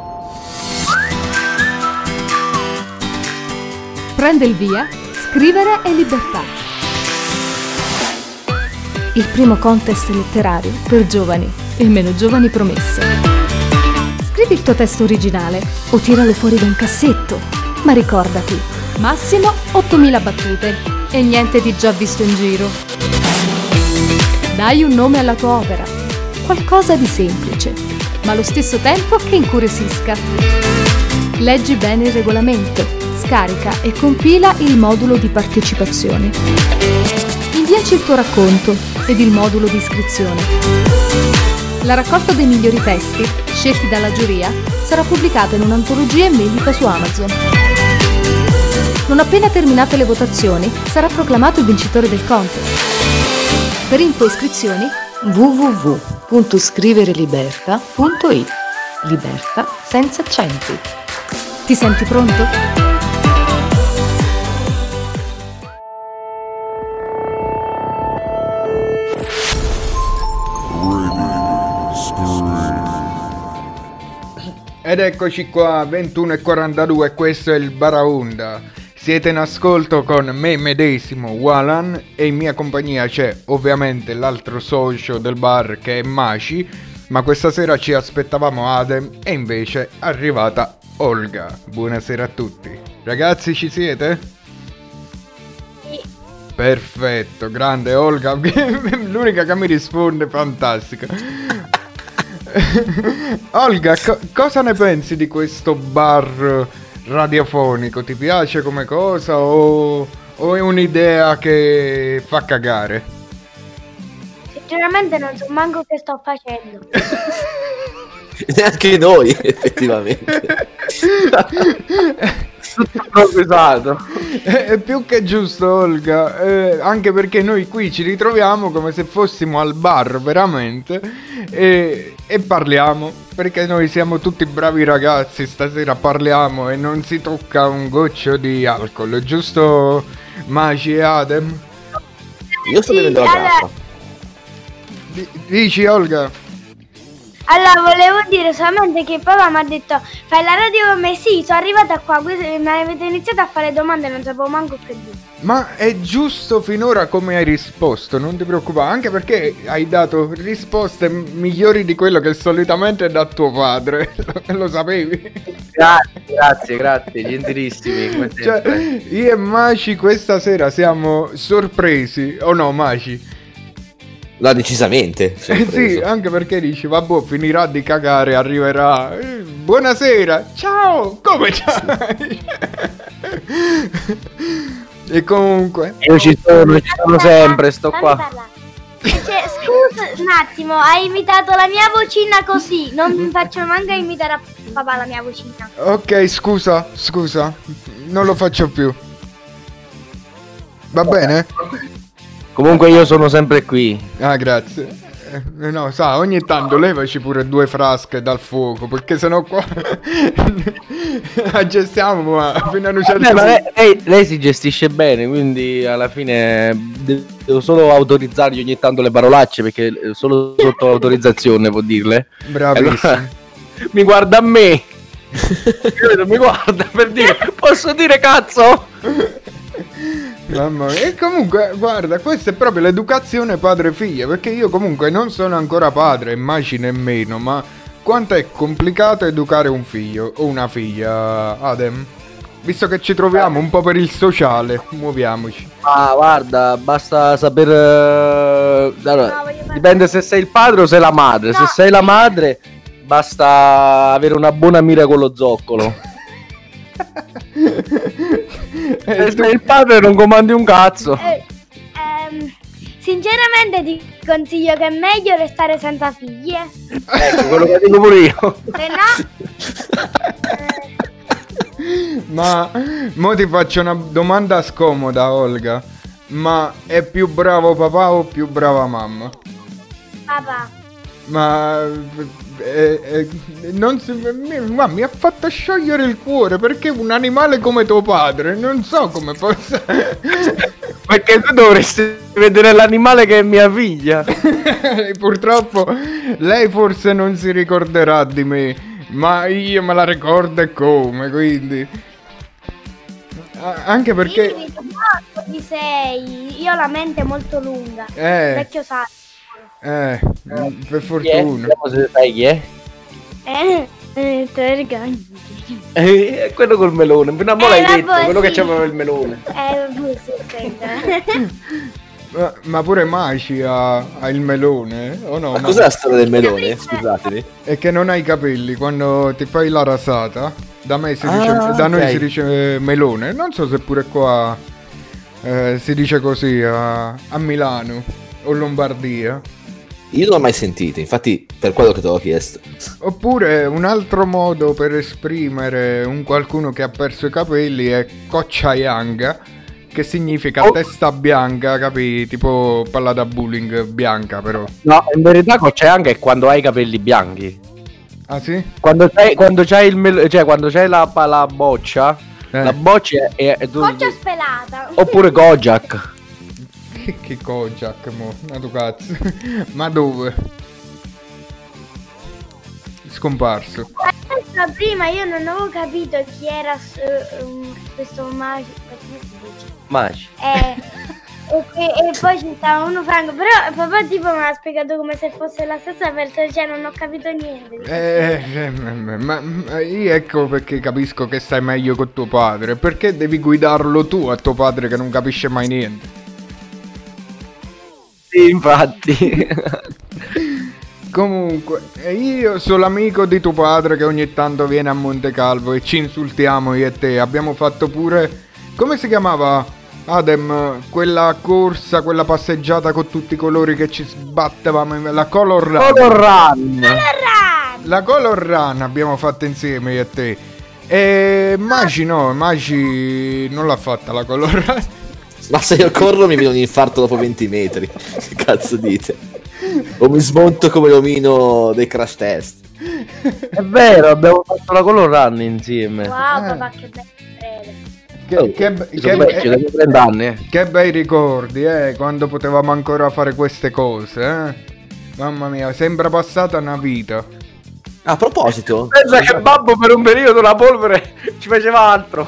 Prende il via, scrivere è libertà. Il primo contest letterario per giovani e meno giovani promesso. Scrivi il tuo testo originale o tiralo fuori da un cassetto. Ma ricordati, massimo ottomila battute e niente di già visto in giro. Dai un nome alla tua opera, qualcosa di semplice, ma allo stesso tempo che incuriosisca. Leggi bene il regolamento, scarica e compila il modulo di partecipazione. Inviaci il tuo racconto ed il modulo di iscrizione. La raccolta dei migliori testi, scelti dalla giuria, sarà pubblicata in un'antologia in vendita su Amazon. Non appena terminate le votazioni, sarà proclamato il vincitore del contest. Per info e iscrizioni w w w punto scrivereliberta punto it. Libertà senza accenti. Ti senti pronto? Ed eccoci qua, ventuno e quarantadue, questo è il Baraonda. Siete in ascolto con me medesimo, Walan, e in mia compagnia c'è ovviamente l'altro socio del bar che è Maci, ma questa sera ci aspettavamo Adem e invece è arrivata Olga. Buonasera a tutti. Ragazzi, ci siete? Sì. Perfetto, grande Olga, l'unica che mi risponde, fantastica. Olga, co- cosa ne pensi di questo bar radiofonico? Ti piace come cosa o, o è un'idea che fa cagare? Sinceramente non so manco che sto facendo. Neanche noi, effettivamente. Tutto improvvisato. È, è più che giusto, Olga, eh, anche perché noi qui ci ritroviamo come se fossimo al bar veramente e, e parliamo, perché noi siamo tutti bravi ragazzi, stasera parliamo e non si tocca un goccio di alcol, giusto Maci e Adem? Io sto bevendo la allora- grappa. D- dici Olga? Allora, volevo dire solamente che papà mi ha detto fai la radio con me, sì, sono arrivata qua, mi avete iniziato a fare domande e non sapevo manco che dire. Ma è giusto finora come hai risposto, non ti preoccupare, anche perché hai dato risposte migliori di quello che solitamente dà tuo padre, lo, lo sapevi? Grazie, grazie, grazie, gentilissimi. Come Cioè, sempre. io e Maci questa sera siamo sorpresi, o no Maci? No, decisamente. Eh sì, sorpreso. anche perché dici, vabbè, finirà di cagare, arriverà, eh, buonasera, ciao, come stai? E comunque... Io ci sono, ci sono sempre, sto Fammi qua. parlare. Cioè, scusa un attimo, hai imitato la mia vocina così, non mi faccio manco imitare a papà la mia vocina. Ok, scusa, scusa, non lo faccio più. Va bene? Comunque io sono sempre qui. Ah, grazie. Eh, no, sa, ogni tanto levaci pure due frasche dal fuoco, perché sennò qua la gestiamo, ma fino a un certo Beh, ma punto. lei, lei- lei si gestisce bene, quindi alla fine de- devo solo autorizzargli ogni tanto le parolacce, perché solo sotto autorizzazione può dirle. Bravissimo. Allora, mi guarda a me. Io non mi guarda per dire, posso dire cazzo? Mamma mia. E comunque, guarda, questa è proprio l'educazione padre-figlia, perché io comunque non sono ancora padre, Maci nemmeno, ma quanto è complicato educare un figlio o una figlia, Adem? Visto che ci troviamo un po' per il sociale, muoviamoci. Ah, guarda, basta saper. eh, allora, No, voglio parlare. dipende se sei il padre o sei la madre. No. Se sei la madre, basta avere una buona mira con lo zoccolo. E Se tu- sei il padre, non comandi un cazzo. Eh, ehm, sinceramente ti consiglio che è meglio restare senza figli, eh. Ecco, quello che dico pure io. Se no... eh, Ma mo ti faccio una domanda scomoda, Olga. Ma è più bravo papà o più brava mamma? papà. Ma eh, eh, non si, mi, ma mi ha fatto sciogliere il cuore, perché un animale come tuo padre non so come possa. Perché tu dovresti vedere l'animale che è mia figlia. Purtroppo lei forse non si ricorderà di me, ma io me la ricordo e come, quindi A- anche perché Sì, quanto di sei? Io ho la mente molto lunga. eh, Vecchio sa. eh per Chi è? fortuna. Vediamo se sai chi è. Eh? Eh, Eh, è quello col melone. Fino a mo' Eh, l'hai vabbè, detto, quello sì. che c'aveva il melone. Eh, vabbè, sì, aspetta. Ma, ma pure Maci ha, ha il melone, o no? Ma Ma- cos'è la storia del melone? Scusatemi. È che non hai i capelli quando ti fai la rasata. Da me si Ah, dice, da noi ok. si dice melone. Non so se pure qua eh, si dice così a, a Milano o Lombardia. Io non l'ho mai sentito, infatti per quello che te l'ho chiesto. Oppure un altro modo per esprimere un qualcuno che ha perso i capelli è cocciaianga, che significa Oh. testa bianca, capi? Tipo palla da bowling bianca però. No, in verità c'è anche quando hai i capelli bianchi. Ah sì? Quando c'hai, quando c'hai il mel- cioè quando c'hai la, la boccia, Eh. la boccia è, è tu- Boccia spelata. oppure Kojak. Che, che Kojak, mo? Ma tu cazzo. Ma dove? Scomparso. Adesso, prima io non avevo capito chi era s- um, questo magico. Come si dice? Magi. Eh, e, e- e poi ci stava uno franco. Però papà tipo mi ha spiegato come se fosse la stessa persona. Cioè non ho capito niente. Eh, eh, ma, ma io ecco perché capisco che stai meglio con tuo padre. Perché devi guidarlo tu a tuo padre che non capisce mai niente? Sì, infatti. Comunque, eh, io sono l'amico di tuo padre che ogni tanto viene a Monte Calvo e ci insultiamo io e te. Abbiamo fatto pure... Come si chiamava, Adem, quella corsa, quella passeggiata con tutti i colori che ci sbattevamo? in- La Color Run. Color Run. La Color Run abbiamo fatto insieme io e te. E Magi no, Magi non l'ha fatta la Color Run. Ma se io corro mi viene un infarto dopo venti metri. Che cazzo dite? O mi smonto come l'omino dei crash test. È vero, abbiamo fatto la Color Run insieme. Wow, Eh. papà, che bello. Che, che, be- Ci che sono be- vecchio, da trenta anni. eh. che bei ricordi, eh, quando potevamo ancora fare queste cose, eh. Mamma mia, sembra passata una vita. A proposito, Pensa che babbo per un periodo la polvere ci faceva altro.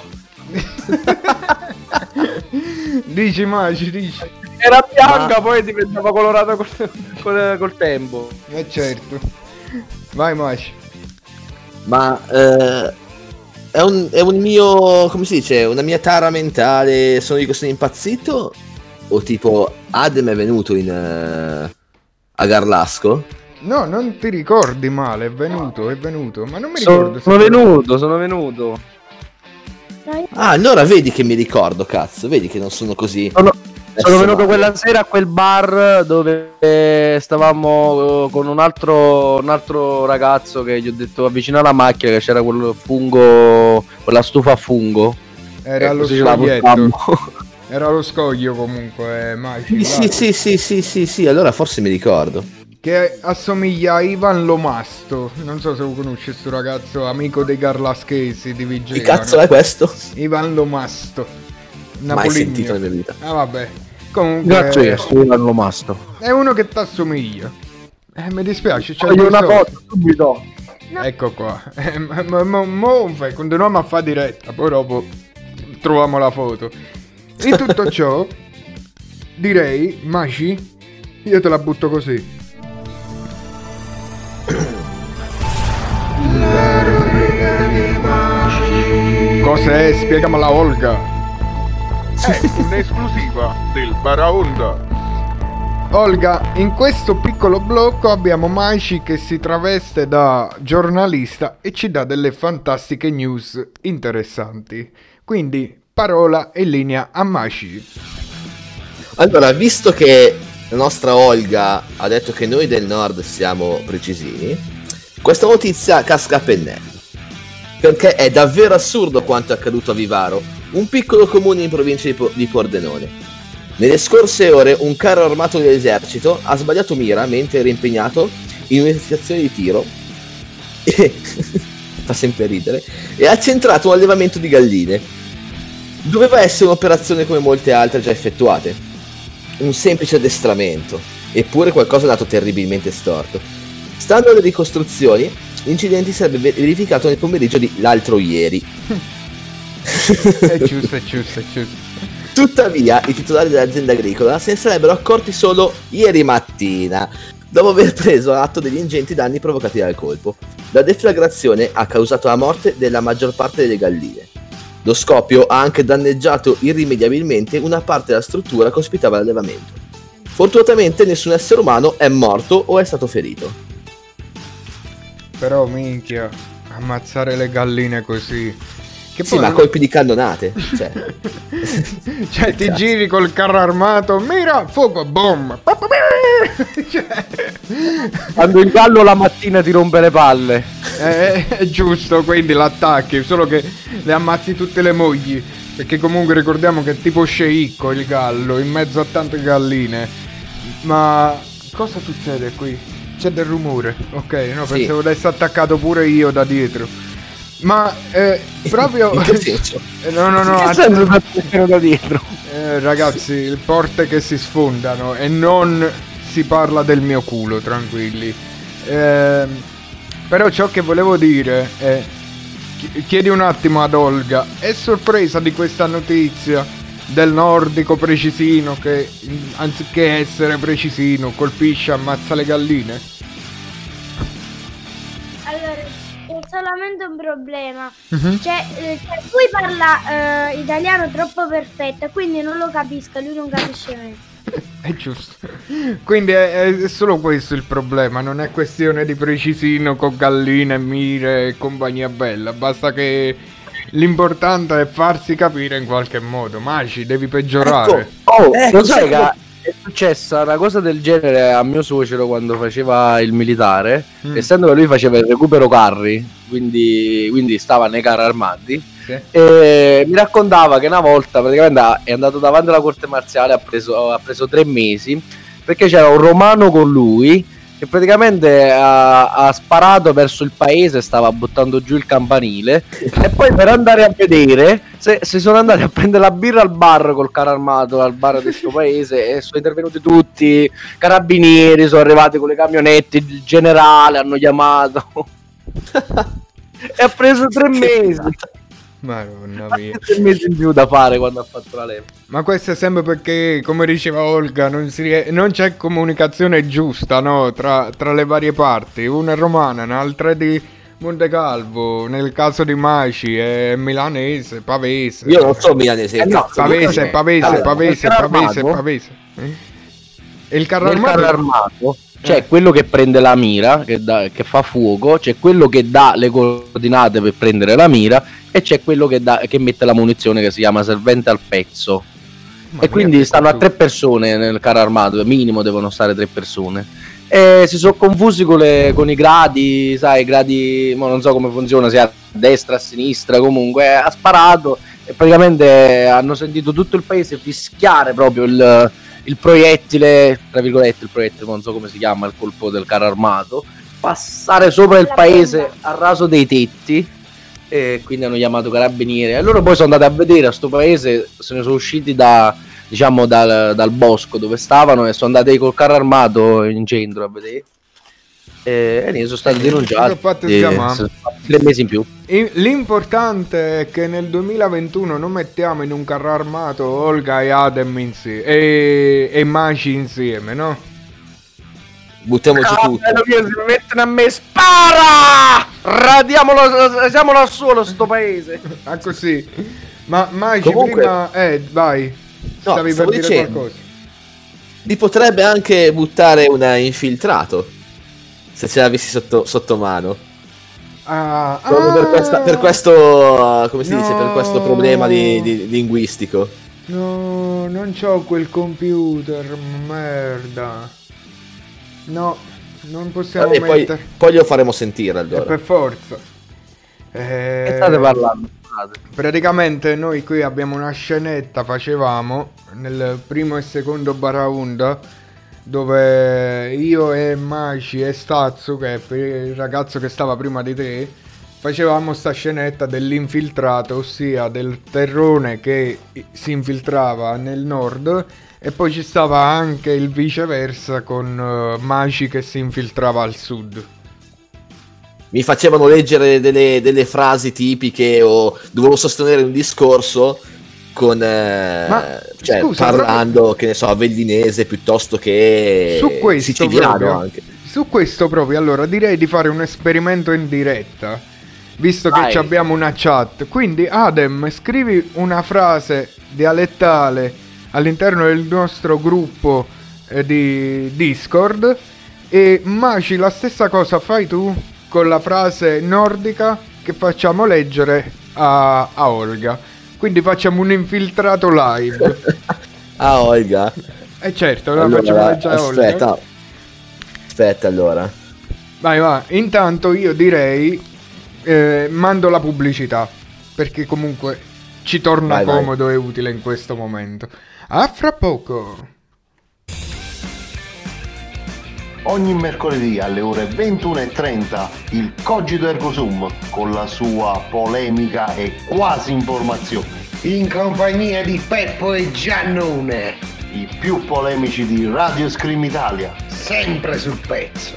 Dici Magi, dici. Era bianca, poi diventava colorata col, col, col tempo. Eh certo. Vai Magi. ma eh, è, un, è un mio, come si dice, una mia tara mentale, sono io che sono impazzito? O tipo Adem è venuto in, eh, a Garlasco? No, non ti ricordi male, è venuto, è venuto, ma non mi Sono, ricordo se- sono venuto, sono venuto. Ah, allora vedi che mi ricordo, cazzo, vedi che non sono così. Sono, messo sono venuto male. quella sera a quel bar dove eh, stavamo eh, con un altro, un altro ragazzo che gli ho detto avvicina alla macchina che c'era quel fungo, quella stufa a fungo. Era Eh, lo così ce la scoglietto. portammo. Era lo scoglio comunque, eh, Magi. Sì, là, sì, sì, sì, sì, sì, allora forse mi ricordo. Che assomiglia a Ivan Lomasto. Non so se lo conosci sto ragazzo, amico dei Garlaschesi di Chi Vigevano. cazzo è questo? Ivan Lomasto. Mai Napoligno. sentito nella mia vita. Ah vabbè. Comunque Grazie, io sto masto. è uno che ti assomiglia. Eh, mi dispiace, c'è Voglio due una soldi. foto subito. Ecco qua. Eh, ma, ma, ma, mo fai, continuiamo a fare diretta, poi dopo troviamo la foto. In tutto ciò, direi, Magi, io te la butto così. Cos'è? Spiegamela Olga. È un'esclusiva del Baraonda. Olga, in questo piccolo blocco abbiamo Magi che si traveste da giornalista e ci dà delle fantastiche news interessanti. Quindi, parola e linea a Magi. Allora, visto che la nostra Olga ha detto che noi del nord siamo precisini, questa notizia casca a pennello. Perché è davvero assurdo quanto è accaduto a Vivaro, un piccolo comune in provincia di, Po- di Pordenone. Nelle scorse ore un carro armato dell'esercito ha sbagliato mira mentre era impegnato in un'esercitazione di tiro e fa sempre ridere e ha centrato un allevamento di galline. Doveva essere un'operazione come molte altre già effettuate, un semplice addestramento, eppure qualcosa è andato terribilmente storto. Stando alle ricostruzioni, l'incidente si sarebbe verificato nel pomeriggio di l'altro ieri. È giusto, è giusto, è giusto. Tuttavia, i titolari dell'azienda agricola se ne sarebbero accorti solo ieri mattina, dopo aver preso atto degli ingenti danni provocati dal colpo. La deflagrazione ha causato la morte della maggior parte delle galline. Lo scoppio ha anche danneggiato irrimediabilmente una parte della struttura che ospitava l'allevamento. Fortunatamente nessun essere umano è morto o è stato ferito. Però minchia, ammazzare le galline così. Che sì, ma colpi di cannonate. Cioè, cioè ti giri col carro armato, mira, fuoco, boom. Cioè... Quando il gallo la mattina ti rompe le palle. È, è giusto, quindi l'attacchi, solo che le ammazzi tutte le mogli. Perché comunque ricordiamo che è tipo sceicco il gallo, in mezzo a tante galline. Ma cosa succede qui? C'è del rumore. Ok, no, Sì. pensavo di essere attaccato pure io da dietro. Ma eh, proprio In che senso? Eh, no no no Che att- senso ti attaccano da dietro? eh, ragazzi, porte che si sfondano e non si parla del mio culo, tranquilli. Eh, però ciò che volevo dire è chi- chiedi un attimo ad Olga, è sorpresa di questa notizia del nordico precisino che anziché essere precisino colpisce e ammazza le galline? Allora, c'è solamente un problema. Mhm. Cioè, eh, cioè, lui parla eh, italiano troppo perfetto, quindi non lo capisco, lui non capisce me. È giusto. Quindi è, è solo questo il problema. Non è questione di precisino con galline, mire e compagnia bella. Basta che l'importante è farsi capire in qualche modo. Maci, devi peggiorare. Oh, Ecco, lo sai sai che è successa una cosa del genere a mio suocero quando faceva il militare, Mm. essendo che lui faceva il recupero carri, quindi, quindi stava nei carri armati. Sì. E mi raccontava che una volta praticamente è andato davanti alla corte marziale, ha preso, ha preso tre mesi perché c'era un romano con lui che praticamente ha, ha sparato verso il paese, stava buttando giù il campanile e poi per andare a vedere se, si sono andati a prendere la birra al bar col carro armato al bar di questo paese e sono intervenuti tutti, carabinieri sono arrivati con le camionette, il generale hanno chiamato e ha preso tre mesi. Madonna Ma mia. che tre mesi in più da fare quando ha fatto la leva. Ma questo è sempre perché, come diceva Olga, non, si rie- non c'è comunicazione giusta, no? Tra, tra le varie parti. Una è romana, un'altra è di Montecalvo. Nel caso di Maci è milanese, pavese. Io non so milanese. Eh no, cazzo, Pavese, cos'è? pavese, Allora, pavese, il carro pavese, armato? pavese. Eh? E il carro Nel armato? carro armato c'è Eh. quello che prende la mira, che, dà- che fa fuoco, c'è quello che dà le coordinate per prendere la mira e c'è quello che, dà, che mette la munizione, che si chiama servente al pezzo. Ma E quindi mia, stanno a tu- tre persone nel carro armato, minimo devono stare tre persone. E si sono confusi con, le- con i gradi, sai, i gradi, mo non so come funziona, se a destra, a sinistra, comunque ha sparato e praticamente hanno sentito tutto il paese fischiare proprio il, il proiettile, tra virgolette il proiettile, non so come si chiama, il colpo del carro armato, passare sopra il La paese bomba. a raso dei tetti. E quindi hanno chiamato carabinieri e loro poi sono andati a vedere a sto paese, se ne sono usciti da, diciamo dal, dal bosco dove stavano e sono andati col carro armato in centro a vedere e, e niente, sono stati denunciati. Sono fatti e sgamare. sono fatti tre mesi in più. I- L'importante è che nel duemilaventuno non mettiamo in un carro armato Olga e Adem insieme e, e Maci insieme, no? Buttiamoci Ah, tutto. bello mio, si mettono a me, spara! Radiamolo, radiamolo al suolo sto paese. Ah, così. Ma Maci Comunque- prima... Eh, vai. No, Stavi per stavo dire dicendo. qualcosa. Li potrebbe anche buttare un infiltrato. Se ce l'avessi sotto, sotto mano. Ah, Proprio per, ah, questa- per questo, come si dice, per No. questo problema di, di- linguistico. No, non c'ho quel computer, merda. No, non possiamo E poi, mettere... poi glielo faremo sentire Eh, allora. per forza. Eh, Che state parlando? Scusate. Praticamente noi qui abbiamo una scenetta, facevamo nel primo e secondo Baraonda, dove io e Maci e Stazzu, che è il ragazzo che stava prima di te, facevamo sta scenetta dell'infiltrato, ossia del terrone che si infiltrava nel nord e poi ci stava anche il viceversa con eh, Maci che si infiltrava al sud. Mi facevano leggere delle, delle frasi tipiche o dovevo sostenere un discorso con eh, Ma, cioè, scusa, parlando proprio... che ne so, avellinese piuttosto che su questo siciliano proprio, anche. Su questo proprio, allora direi di fare un esperimento in diretta, visto Vai. che abbiamo una chat. Quindi Adem, scrivi una frase dialettale all'interno del nostro gruppo eh, di Discord, e Maci la stessa cosa fai tu con la frase nordica che facciamo leggere a, a Olga. Quindi facciamo un infiltrato live. Ah, Olga. E eh certo, la Allora, facciamo leggere a Olga. aspetta. Aspetta allora. Vai, va. Intanto io direi eh, mando la pubblicità, perché comunque ci torna Vai, vai. comodo e utile in questo momento. A fra poco. Ogni mercoledì alle ore ventuno e trenta il Cogito Ergo Sum con la sua polemica e quasi informazione. In compagnia di Peppo e Giannone, i più polemici di Radio Scream Italia, sempre sul pezzo.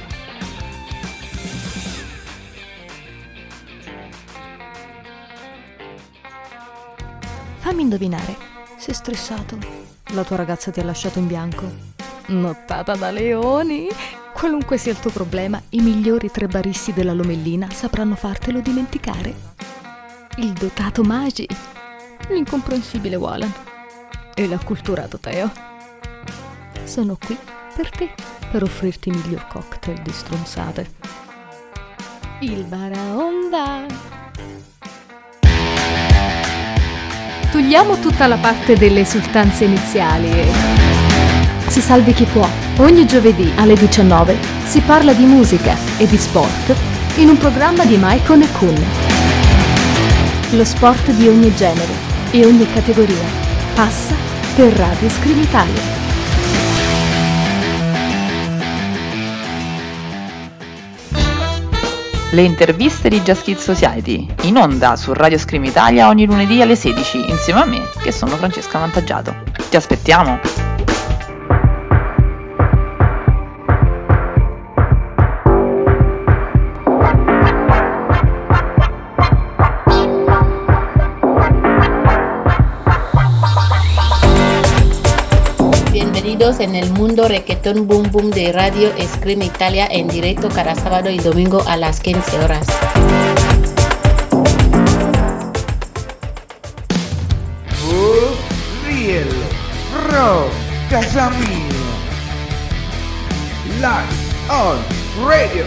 Fammi indovinare, sei stressato? La tua ragazza ti ha lasciato in bianco? Nottata da leoni? Qualunque sia il tuo problema, i migliori tre baristi della Lomellina sapranno fartelo dimenticare. Il dotato Magi, l'incomprensibile Walan e l'acculturato Teo sono qui per te, per offrirti i miglior cocktail di stronzate. Il Baraonda. Togliamo tutta la parte delle esultanze iniziali e... Si salvi chi può. Ogni giovedì alle diciannove si parla di musica e di sport in un programma di Maicon e Kun. Lo sport di ogni genere e ogni categoria passa per Radio Scream Italia. Le interviste di Just Kids Society, in onda su Radio Scream Italia ogni lunedì alle sedici, insieme a me, che sono Francesca Vantaggiato. Ti aspettiamo! Bienvenidos en el mundo reggaetón boom boom de Radio Scream Italia en directo cada sábado y domingo a las quince horas. Oh, Riel, Ro, Casamino, live on Radio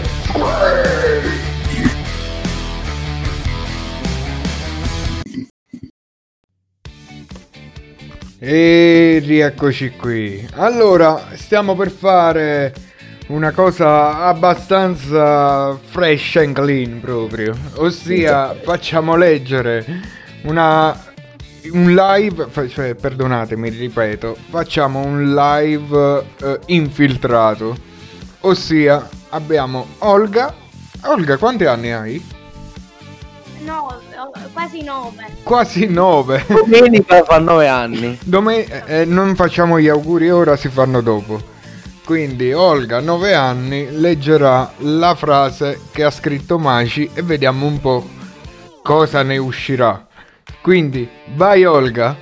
E rieccoci qui. Allora, stiamo per fare una cosa abbastanza fresh and clean proprio. Ossia, facciamo leggere una un live, cioè, perdonatemi, ripeto, facciamo un live eh, infiltrato. Ossia, abbiamo Olga. Olga, quanti anni hai? No, quasi nove. Quasi nove. Domenica fa nove anni. Dome- eh, non facciamo gli auguri ora, si fanno dopo. Quindi Olga, nove anni, leggerà la frase che ha scritto Maci e vediamo un po' cosa ne uscirà. Quindi, vai Olga.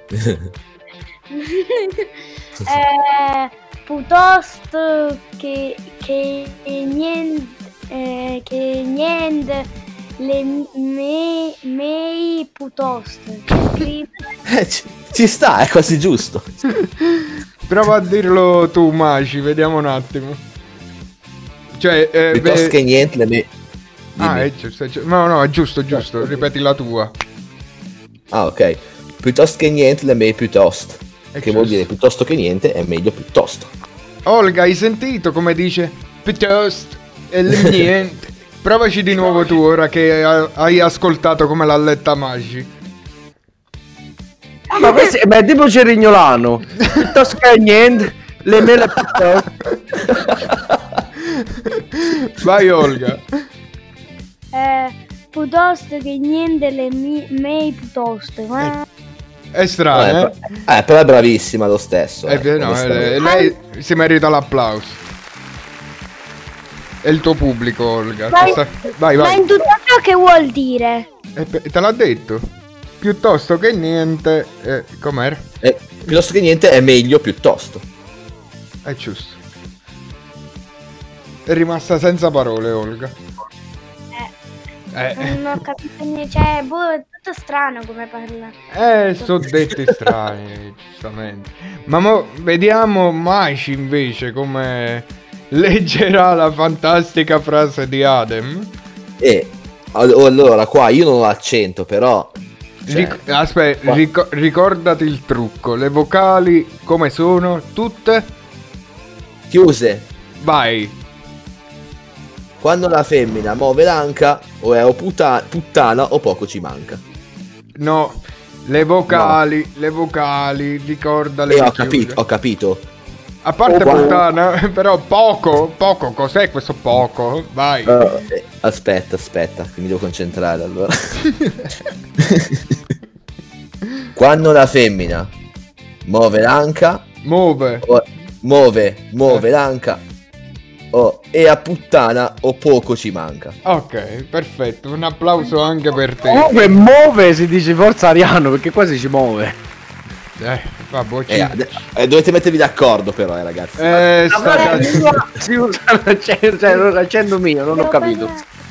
eh, piuttosto che, che niente, eh, che niente, le me, mei piuttosto. Eh, ci, ci sta, è quasi giusto. Prova a dirlo tu, Maci, vediamo un attimo. Cioè, eh, piuttosto beh... che niente, le me... Ah, è giusto, è giusto. No, no, è giusto, giusto. Ripeti la tua. Ah, ok. Piuttosto che niente, le me piuttosto. È che giusto. vuol dire piuttosto che niente è meglio piuttosto. Olga, hai sentito come dice piuttosto e le niente? Provaci di nuovo tu, ora che hai ascoltato come l'ha letta Maci. Ma questo è tipo Cerignolano. Piuttosto che niente, le mele piuttosto. Vai Olga. Eh, piuttosto che niente, le mie, mei piuttosto. Ma... È strano, eh, eh? eh, però è bravissima lo stesso. È eh, vero, no, lei, lei si merita l'applauso. È il tuo pubblico, Olga. Vai, Questa... vai, vai. Ma in tutto ciò che vuol dire? Eh, te l'ha detto? piuttosto che niente, eh, com'era? Eh, piuttosto che niente è meglio piuttosto. È giusto. È rimasta senza parole, Olga. Eh, Eh. non ho capito niente, cioè, boh, è tutto strano come parla. Eh, sono detti strani, giustamente. Ma mo vediamo Maici invece come leggerà la fantastica frase di Adem. E allora qua io non ho l'accento, però cioè, Ric- aspetta, qua- ric- ricordati il trucco. Le vocali come sono? Tutte? chiuse. Vai. Quando la femmina muove l'anca, o è o puta- puttana o poco ci manca. No, le vocali, le vocali, ricordale. E ho le capito, chiuse. ho capito. A parte Oh, puttana, però poco, poco, cos'è questo poco? Vai. Uh, eh, aspetta, aspetta, che mi devo concentrare allora. Quando la femmina muove l'anca, Muove. o- muove, muove l'anca, o è a puttana o poco ci manca. Ok, perfetto, un applauso anche per te. Muove, muove, si dice forza ariano, perché qua si ci muove. Eh, vabbè, ci... Eh, ade- eh, dovete mettervi d'accordo però, eh, ragazzi. Eh, sta Vabbè, cazzo. si usa l'accento, cioè, l'accento mio, non ho capito.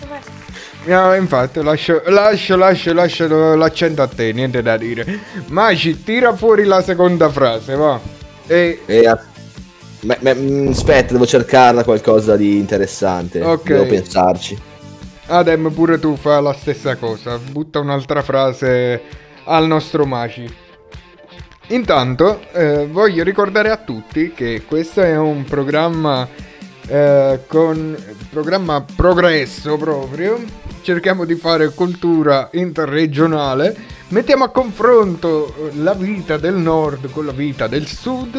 No, infatti, lascio, lascio, lascio, lascio l'accento a te, niente da dire. Maci, tira fuori la seconda frase, va. E... Eh, a- ma- ma- mm, aspetta, devo cercarla qualcosa di interessante. Ok. Devo pensarci. Adem, pure tu fa la stessa cosa. Butta un'altra frase al nostro Maci. Intanto, eh, voglio ricordare a tutti che questo è un programma eh, con programma progresso proprio. Cerchiamo di fare cultura interregionale. Mettiamo a confronto la vita del nord con la vita del sud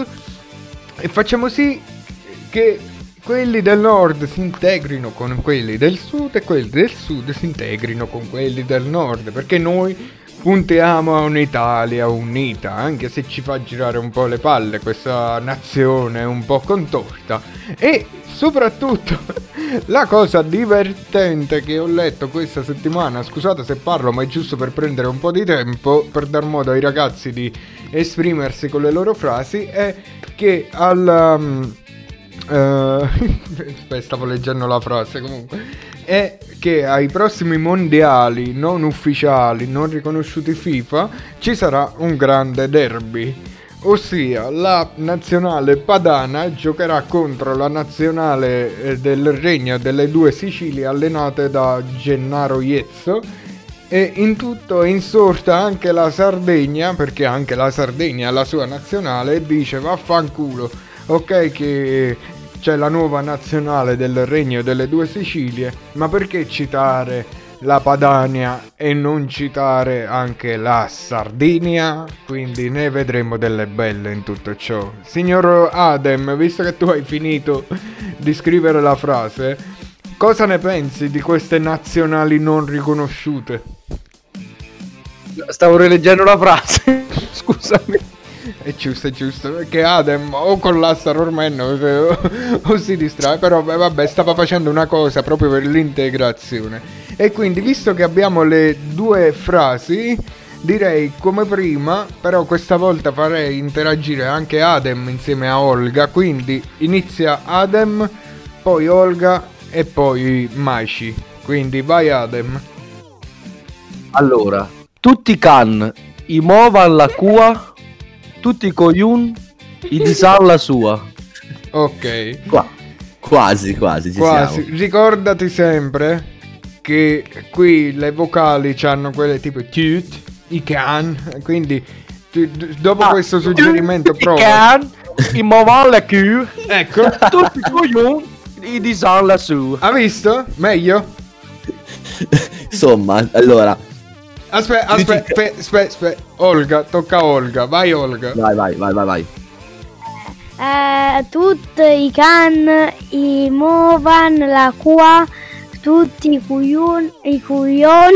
e facciamo sì che quelli del nord si integrino con quelli del sud e quelli del sud si integrino con quelli del nord, perché noi puntiamo a un'Italia unita, anche se ci fa girare un po' le palle questa nazione un po' contorta. E soprattutto la cosa divertente che ho letto questa settimana, scusate se parlo, ma è giusto per prendere un po' di tempo, per dar modo ai ragazzi di esprimersi con le loro frasi, è che al... Um, Uh, aspetta, stavo leggendo la frase comunque. È che ai prossimi mondiali non ufficiali, non riconosciuti FIFA, ci sarà un grande derby. Ossia, la nazionale padana giocherà contro la nazionale eh, del Regno delle Due Sicilie allenate da Gennaro Iezzo. E in tutto è insorta anche la Sardegna, perché anche la Sardegna ha la sua nazionale e dice vaffanculo. Ok che c'è la nuova nazionale del Regno delle Due Sicilie, ma perché citare la Padania e non citare anche la Sardinia? Quindi ne vedremo delle belle in tutto ciò. Signor Adem, visto che tu hai finito di scrivere la frase, cosa ne pensi di queste nazionali non riconosciute? Stavo rileggendo la frase, scusami. È giusto, è giusto, perché Adem o collassa ormai o, o si distrae, però beh, vabbè, stava facendo una cosa proprio per l'integrazione. E quindi, visto che abbiamo le due frasi, direi come prima, però questa volta farei interagire anche Adem insieme a Olga, quindi inizia Adem, poi Olga e poi Maci. Quindi vai Adem. Allora, tutti can, i mova alla cua, tutti i cogliun, i disan la sua. Ok. Qua. Quasi, quasi, ci Quasi. siamo. Ricordati sempre che qui le vocali hanno quelle tipo tut, i can, quindi tu- d- dopo Ah, questo suggerimento tutti prova. can, i mova alla cua, Ecco. tutti i cogliun, i disan la sua. Ha visto? Meglio? Insomma, allora, Aspetta, aspetta, aspetta, aspetta, aspetta. Olga, tocca a Olga, vai Olga. vai, vai, vai, vai, vai. Eh, tutti i can, i movan la qua, tutti i cuion, i cuion,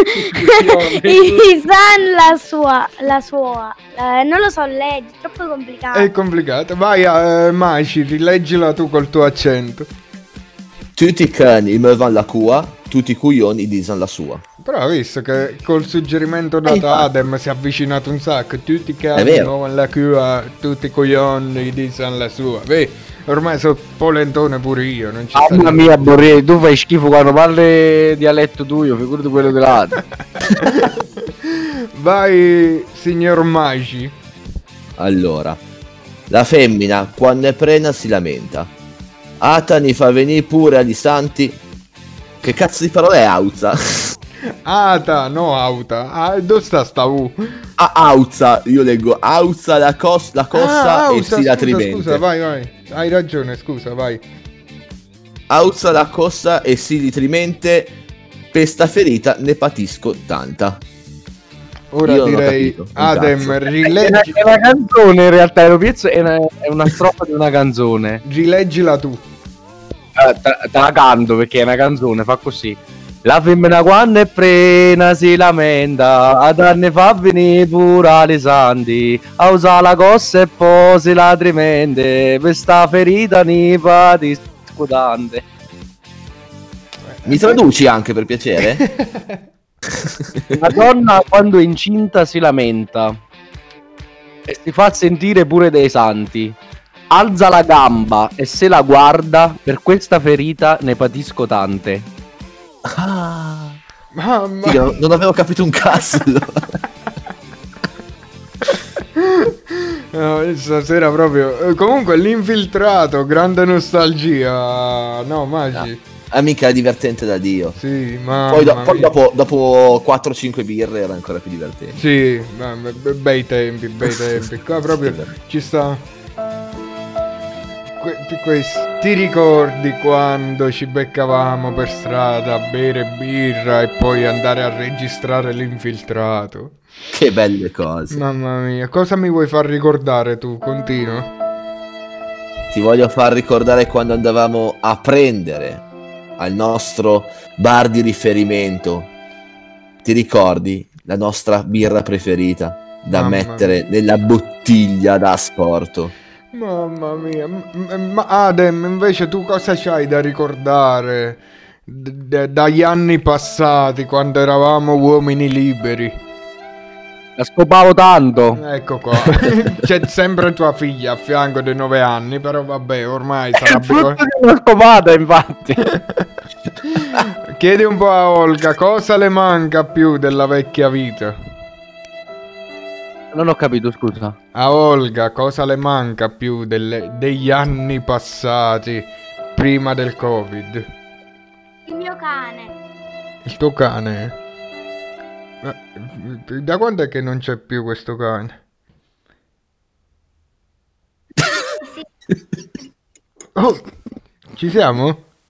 i san la sua, la sua. Eh, non lo so, leggi, è troppo complicato. È complicato. Vai a uh, Maci, rileggila tu col tuo accento. Tutti i cani muovono la cua, tutti i coglioni disan la sua. Però hai visto che col suggerimento dato da Adem si è avvicinato un sacco. Tutti che hanno la cua, tutti i coglioni dicono la sua. Vedi, ormai sono polentone pure io. Non ci Mamma mia, Borrelli, tu fai schifo quando parli dialetto tuo, figurati quello dell'altro. Vai, signor Magi. Allora, la femmina quando è prena si lamenta. Atani fa venire pure agli santi. Che cazzo di parola è auza? Ata, no auta. Ah, dove sta sta U? Ah, auza, io leggo auza la, cos- la cossa ah, e auza, si la scusa, trimente. Scusa, vai, vai. Hai ragione, scusa, vai. Auza la cossa e si trimente. Per sta ferita ne patisco tanta. Ora io direi Adem, rileggi. È una canzone in realtà, lo pezzo è una, è una strofa di una canzone. Rileggila tu. Uh, te, te la canto perché è una canzone, fa così. La femmina quando è prena si lamenta, a danne fa venire pure le santi, a usare la cossa e poi si la trimente, per sta ferita ne patisco tante. Mi traduci anche per piacere? La donna quando è incinta si lamenta e si fa sentire pure dai santi. Alza la gamba e se la guarda, per questa ferita ne patisco tante. Ah, mamma. Io non avevo capito un cazzo. No, stasera proprio. Comunque l'infiltrato, grande nostalgia. No, Magi. Ah, mica è divertente da Dio. Sì, ma poi, do- poi dopo, dopo quattro cinque birre era ancora più divertente. Sì, ma, be- bei tempi, bei tempi. Qua proprio ci sta. Que- questi, ti ricordi quando ci beccavamo per strada a bere birra e poi andare a registrare l'infiltrato? Che belle cose. Mamma mia, cosa mi vuoi far ricordare tu? Continua. Ti voglio far ricordare quando andavamo a prendere al nostro bar di riferimento. Ti ricordi la nostra birra preferita da Mamma mettere mia. nella bottiglia da asporto? Mamma mia, M- ma Adem, invece tu cosa c'hai da ricordare d- d- dagli anni passati quando eravamo uomini liberi? La scopavo tanto. Ecco qua, c'è sempre tua figlia a fianco dei nove anni, però vabbè, ormai sarà Frutto di una scopata, infatti. Chiedi un po' a Olga cosa le manca più della vecchia vita. Non ho capito, scusa. A Olga cosa le manca più delle- degli anni passati prima del Covid? Il mio cane. Il tuo cane? Ma da quando è che non c'è più questo cane? Oh, ci siamo?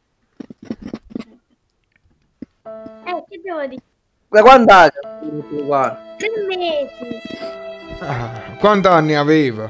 Eh, che devo dire? Da quando è? Tre mesi. Ah, quanti anni aveva?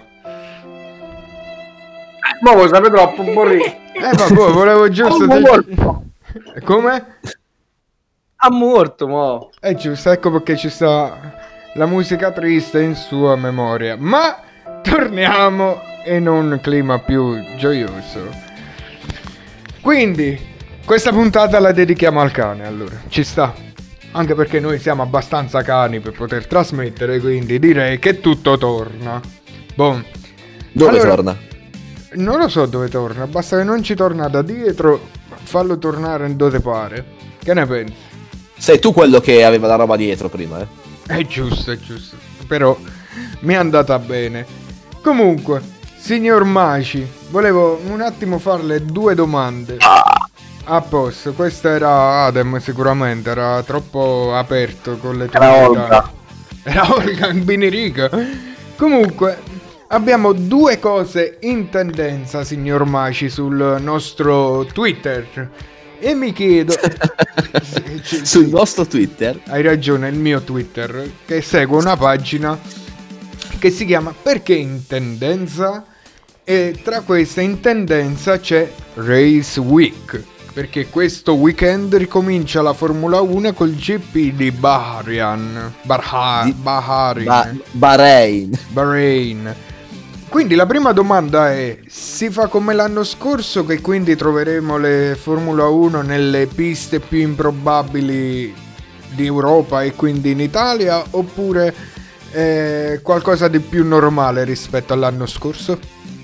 Ma lo sapete troppo, Borri. Eh vabbè, volevo giusto... Ha morto. Come? Ha morto, mo. È giusto, ecco perché ci sta la musica triste in sua memoria. Ma torniamo in un clima più gioioso. Quindi, questa puntata la dedichiamo al cane, allora. Ci sta. Anche perché noi siamo abbastanza cani per poter trasmettere, quindi direi che tutto torna. Boh. Dove Allora, torna? Non lo so dove torna, basta che non ci torna da dietro, fallo tornare dove pare. Che ne pensi? Sei tu quello che aveva la roba dietro prima, eh? È giusto, è giusto. Però mi è andata bene. Comunque, signor Maci, volevo un attimo farle due domande. A posto, questo era Adem sicuramente, era troppo aperto con le tue Era novità. Olga. Era Olga in Binirica. Comunque, abbiamo due cose in tendenza, signor Maci, sul nostro Twitter. E mi chiedo... Sul nostro Twitter? Hai ragione, il mio Twitter, che segue una pagina che si chiama Perché in tendenza? E tra queste in tendenza c'è Race Week, perché questo weekend ricomincia la Formula uno col G P di Bahrain. Barha- Di- Bahrain. Ba- Bahrain. Bahrain. Quindi la prima domanda è: si fa come l'anno scorso, che quindi troveremo le Formula uno nelle piste più improbabili di Europa e quindi in Italia, oppure eh, qualcosa di più normale rispetto all'anno scorso?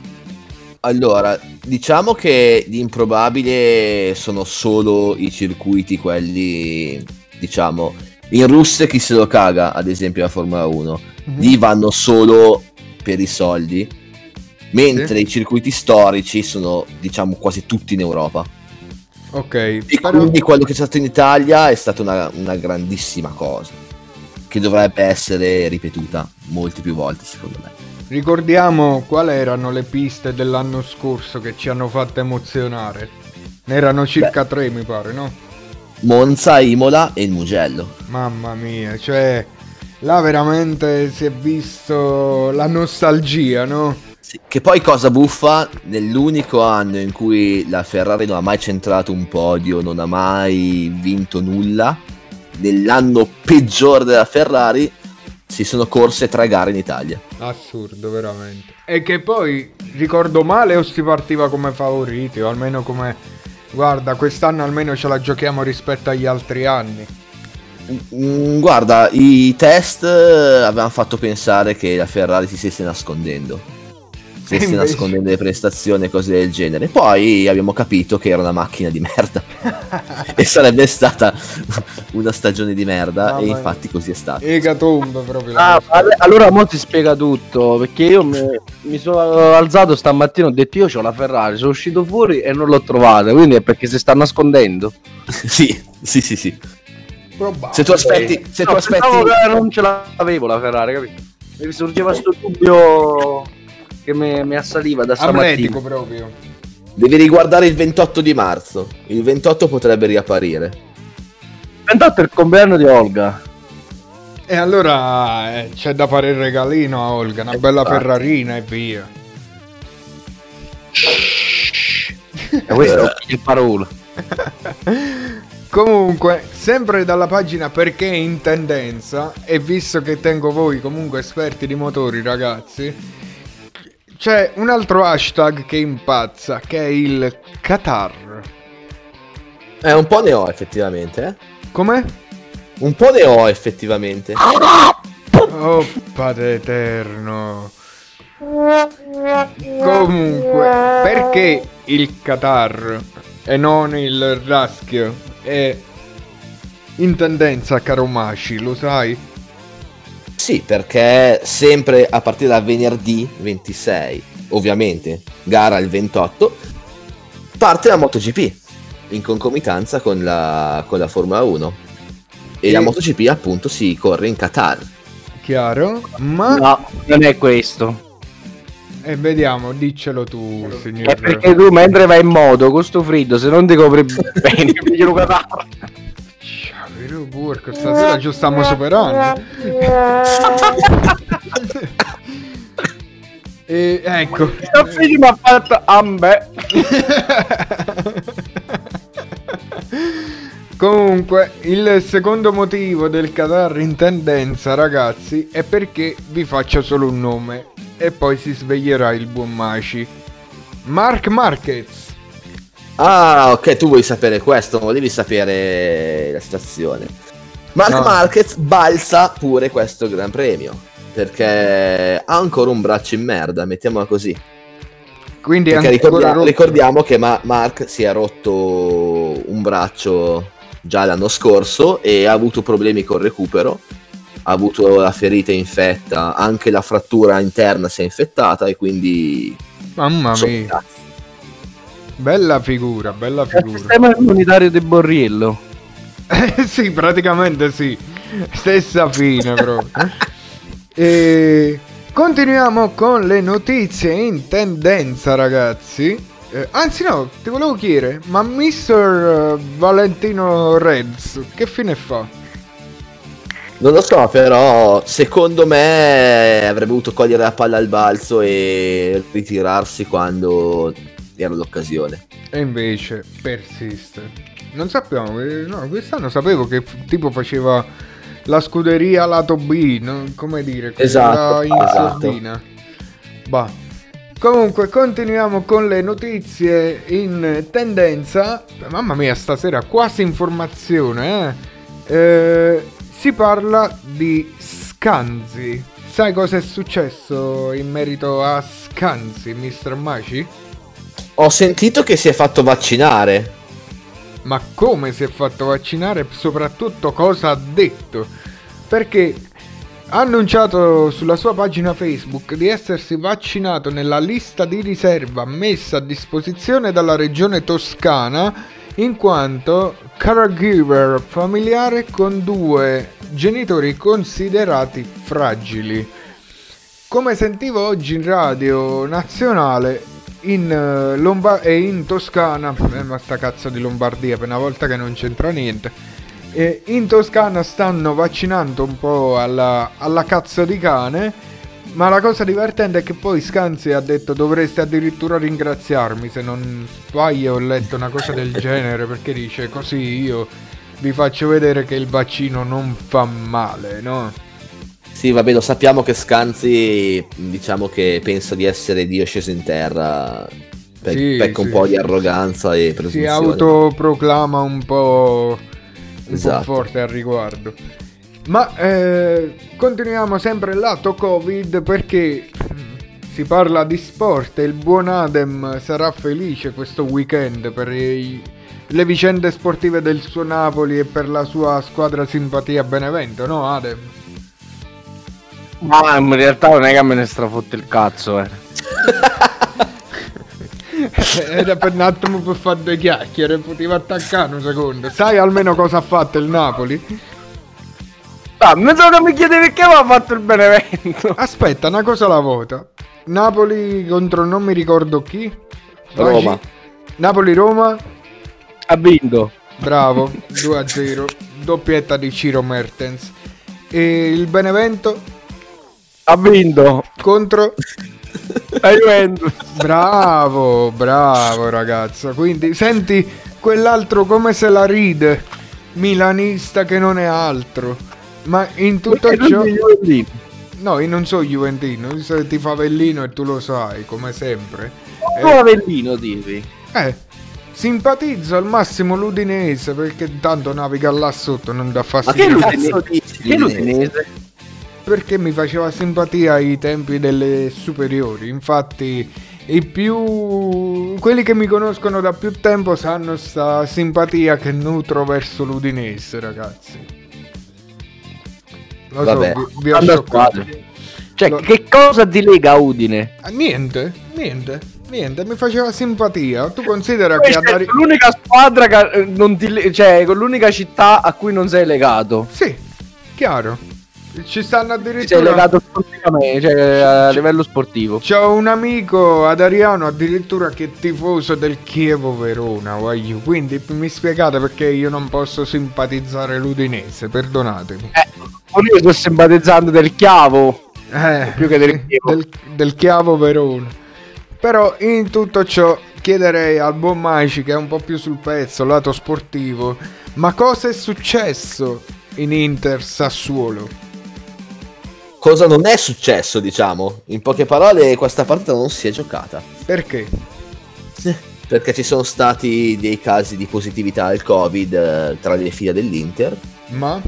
Allora, diciamo che di improbabile sono solo i circuiti quelli, diciamo, in Russia chi se lo caga, ad esempio la Formula uno, mm-hmm. lì vanno solo per i soldi, mentre sì. i circuiti storici sono, diciamo, quasi tutti in Europa. Ok. E però... quindi quello che c'è stato in Italia è stata una, una grandissima cosa, che dovrebbe essere ripetuta molte più volte, secondo me. Ricordiamo quali erano le piste dell'anno scorso che ci hanno fatto emozionare. Ne erano circa Beh. tre, mi pare, no? Monza, Imola e il Mugello. Mamma mia, cioè là veramente si è visto la nostalgia, no? Sì, che poi cosa buffa, nell'unico anno in cui la Ferrari non ha mai centrato un podio, non ha mai vinto nulla, nell'anno peggiore della Ferrari si sono corse tre gare in Italia. Assurdo, veramente. E che poi, ricordo male o si partiva come favoriti, o almeno come... Guarda, quest'anno almeno ce la giochiamo rispetto agli altri anni. Mm, guarda, i test avevano fatto pensare che la Ferrari si stesse nascondendo. Si stesse invece... nascondendo le prestazioni e cose del genere. Poi abbiamo capito che era una macchina di merda. E sarebbe stata una stagione di merda. Ah, e infatti così è stato. Egatombe proprio. Ah, allora mo ti spiega tutto. Perché io mi, mi sono alzato stamattina, ho detto io c'ho la Ferrari, sono uscito fuori e non l'ho trovata. Quindi è perché si sta nascondendo. Sì, sì, sì, sì. Probabile. Se tu aspetti, se no, tu aspetti... non ce l'avevo la Ferrari, capito? Mi sorgeva sto dubbio che mi, mi assaliva da stamattina. Amletico proprio. Devi riguardare il ventotto di marzo. Il ventotto potrebbe riapparire. Il ventotto è il compleanno di Olga. E allora eh, c'è da fare il regalino a Olga, una bella Ferrarina e via. E questo è il parola. Comunque, sempre dalla pagina Perché in Tendenza, e visto che tengo voi comunque esperti di motori, ragazzi, c'è un altro hashtag che impazza, che è il Qatar. Eh, un po' ne ho effettivamente, eh? Com'è? Un po' ne ho effettivamente. Oh, padre eterno. Comunque, perché il Qatar e non il Raschio è in tendenza, caro Maci, lo sai? Sì, perché sempre a partire da venerdì ventisei, ovviamente, gara il ventotto, parte la MotoGP in concomitanza con la, con la Formula uno. E, e la MotoGP appunto si corre in Qatar. Chiaro? Ma... No, non è questo. E vediamo, diccelo tu, signore. È perché tu mentre vai in moto con sto freddo, se non ti copri bene, pigli lo Qatar. Sciavero porco, stasera ci stiamo superando. E ecco. Il figlio mi ha fatto ambe. Comunque, il secondo motivo del Qatar in tendenza, ragazzi, è perché vi faccio solo un nome e poi si sveglierà il buon Maci. Marc Marquez. Ah, ok, tu vuoi sapere questo, volevi sapere la situazione. Marc no. Marquez balza pure questo Gran Premio, perché ha ancora un braccio in merda, mettiamola così. Quindi perché ricordia- ricordiamo che Ma- Marc si è rotto un braccio già l'anno scorso e ha avuto problemi col recupero, ha avuto la ferita infetta, anche la frattura interna si è infettata e quindi... Mamma mia. Cazzo. Bella figura, bella figura. Il sistema immunitario di Borriello. Eh sì, praticamente sì. Stessa fine proprio. E continuiamo con le notizie in tendenza, ragazzi. Eh, anzi no, ti volevo chiedere, ma mister Valentino Reds che fine fa? Non lo so, però secondo me avrebbe dovuto cogliere la palla al balzo e ritirarsi quando era l'occasione. E invece persiste. Non sappiamo, no, quest'anno sapevo che f- tipo faceva la scuderia lato B, no? Come dire, esatto, in esatto. sordina. Bah. Comunque continuiamo con le notizie in tendenza. Mamma mia, stasera quasi informazione, eh? Eh, si parla di Scanzi. Sai cosa è successo in merito a Scanzi, mister Maci? Ho sentito che si è fatto vaccinare. Ma come si è fatto vaccinare e soprattutto cosa ha detto? Perché ha annunciato sulla sua pagina Facebook di essersi vaccinato nella lista di riserva messa a disposizione dalla regione Toscana in quanto caregiver familiare con due genitori considerati fragili. Come sentivo oggi in radio nazionale, in uh, Lomba- e in Toscana, eh, ma sta cazzo di Lombardia per una volta che non c'entra niente, e in Toscana stanno vaccinando un po' alla, alla cazzo di cane, ma la cosa divertente è che poi Scanzi ha detto dovreste addirittura ringraziarmi se non sbaglio, ho letto una cosa del genere, perché dice così io vi faccio vedere che il vaccino non fa male, no? Sì, vabbè, lo sappiamo che Scanzi, diciamo che pensa di essere Dio sceso in terra, pe- Sì, pecca un sì, po' sì. di arroganza e Si presunzione. autoproclama un po', un Esatto. po' forte al riguardo. Ma eh, continuiamo sempre lato Covid, perché si parla di sport e il buon Adem sarà felice questo weekend per i- le vicende sportive del suo Napoli e per la sua squadra simpatia Benevento, no Adem? Ma in realtà non è che me ne strafotte il cazzo, eh. Era per un attimo per fare due chiacchiere, poteva attaccare un secondo. Sai almeno cosa ha fatto il Napoli? Ah, mi so che mi chiedevi che aveva fatto il Benevento. Aspetta, una cosa alla volta. Napoli contro non mi ricordo chi. Roma. Napoli-Roma. Ha vinto. Bravo, due a zero. Doppietta di Ciro Mertens. E il Benevento ha vinto contro la Juventus. Bravo, bravo ragazzo. Quindi senti quell'altro come se la ride, milanista che non è altro. Ma in tutto Perché ciò lui è juventino? no, io non so juventino, io so ti fa Avellino e tu lo sai, come sempre. Tu Avellino dici? Eh, simpatizzo al massimo l'Udinese perché tanto naviga là sotto, non dà Ma che fastidio. cazzo dici? Che l'Udinese? Perché mi faceva simpatia ai tempi delle superiori. Infatti i più quelli che mi conoscono da più tempo sanno sta simpatia che nutro verso l'Udinese, ragazzi. Lo Vabbè. so, vi, vi ho Tanta scioccato. squadra. Cioè, Lo- che cosa ti lega a Udine? Ah, niente, niente, niente, mi faceva simpatia. Tu considera che Questa ad è Ari- l'unica squadra che eh, non ti le- cioè, con l'unica città a cui non sei legato. Sì, chiaro. Ci stanno Ti sei addirittura legato sportivamente, cioè a livello sportivo. C'ho un amico ad Ariano addirittura che è tifoso del Chievo Verona, voglio. Quindi mi spiegate perché io non posso simpatizzare l'Udinese, perdonatemi. Eh, io sto simpatizzando del Chiavo. Eh, più che del sì, Chievo. del, del Chiavo Verona. Però in tutto ciò chiederei al buon Maici, che è un po' più sul pezzo, lato sportivo, ma cosa è successo in Inter Sassuolo? Cosa non è successo, diciamo? In poche parole, questa partita non si è giocata. Perché? Perché ci sono stati dei casi di positività al Covid eh, tra le fila dell'Inter. Ma?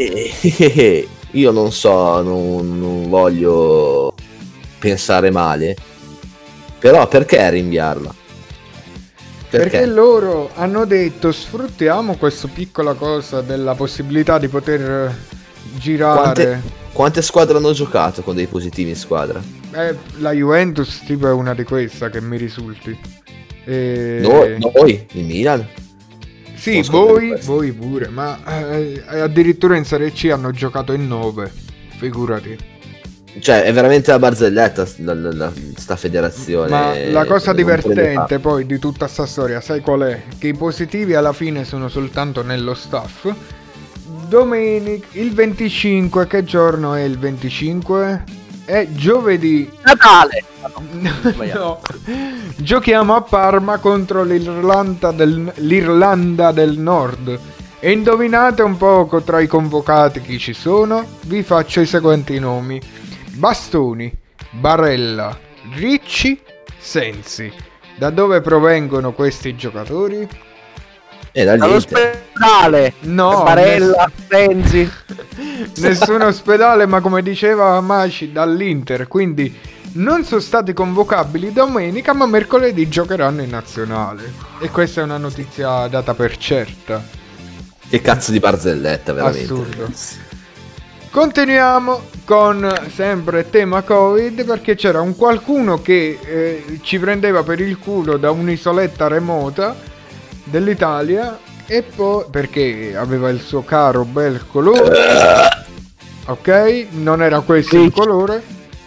E io non so, non, non voglio pensare male. Però perché rinviarla? Perché? Perché? loro hanno detto sfruttiamo questa piccola cosa della possibilità di poter girare. Quante, quante squadre hanno giocato con dei positivi in squadra? Eh, la Juventus tipo è una di queste che mi risulti. E... Noi, noi, il Milan. Sì, Sto scoprendo voi, questo. voi pure, ma eh, addirittura in Serie C hanno giocato in nove, figurati. Cioè, è veramente la barzelletta la, la, la- sta federazione. Ma la cosa non prende divertente parte. poi di tutta sta storia, sai qual è? Che i positivi alla fine sono soltanto nello staff. Domenica, il venticinque, che giorno è il venticinque? È giovedì. Natale. No, giochiamo a Parma contro l'Irlanda del, l'Irlanda del Nord. E indovinate un poco tra i convocati chi ci sono? Vi faccio i seguenti nomi: Bastoni, Barella, Ricci, Sensi. Da dove provengono questi giocatori? Eh, dall'ospedale. No, Barella, Renzi. Nessun ospedale, ma come diceva Maci, dall'Inter. Quindi non sono stati convocabili domenica, ma mercoledì giocheranno in nazionale. E questa è una notizia data per certa. Che cazzo di barzelletta, veramente. Assurdo. Continuiamo con sempre tema Covid, perché c'era un qualcuno che eh, ci prendeva per il culo da un'isoletta remota dell'Italia, e poi perché aveva il suo caro bel colore. Ok, non era questo il colore.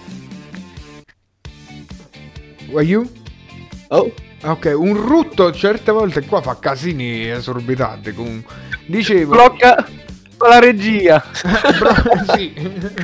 Were you? Oh. Ok, un rutto certe volte qua fa casini esorbitanti. Comunque dicevo, blocca con la regia. Bro, sì.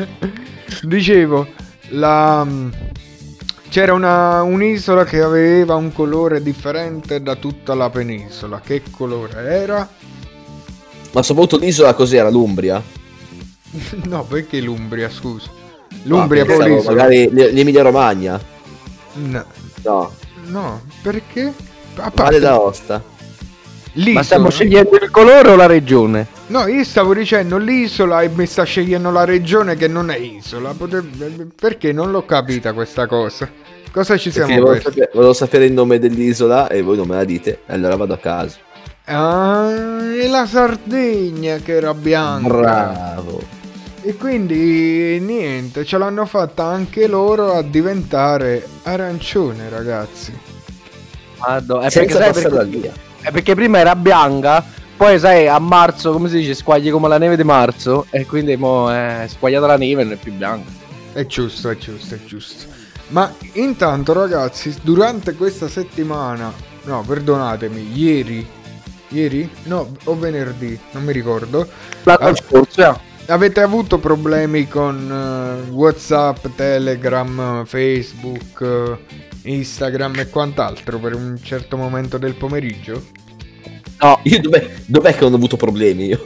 Dicevo, la c'era una un'isola che aveva un colore differente da tutta la penisola. Che colore era? Ma soprattutto l'isola cos'era? L'Umbria? No, perché l'Umbria, scusa? L'Umbria, ah, poi l'isola. Magari l'Emilia Romagna. No. No. No, perché? A Valle d'Aosta. L'isola. Ma stiamo scegliendo il colore o la regione? No, io stavo dicendo l'isola e mi sta scegliendo la regione che non è isola. Potrebbe... Perché non l'ho capita questa cosa. Cosa ci siamo volevo persi? sapere, volevo sapere il nome dell'isola e voi non me la dite. Allora vado a caso. Ah, è la Sardegna che era bianca. Bravo. E quindi niente, ce l'hanno fatta anche loro a diventare arancione, ragazzi. Madonna, è Senza perché, sai, passarla perché, via. è perché prima era bianca, poi sai a marzo, come si dice, squagli come la neve di marzo, e quindi mo è squagliata la neve e non è più bianca. È giusto, è giusto, è giusto. Ma intanto ragazzi, durante questa settimana, no, perdonatemi, ieri, ieri? No, o venerdì, non mi ricordo. L'anno scorso, avete avuto problemi con uh, WhatsApp, Telegram, Facebook, uh, Instagram e quant'altro per un certo momento del pomeriggio? No, io dov'è, dov'è che non ho avuto problemi io?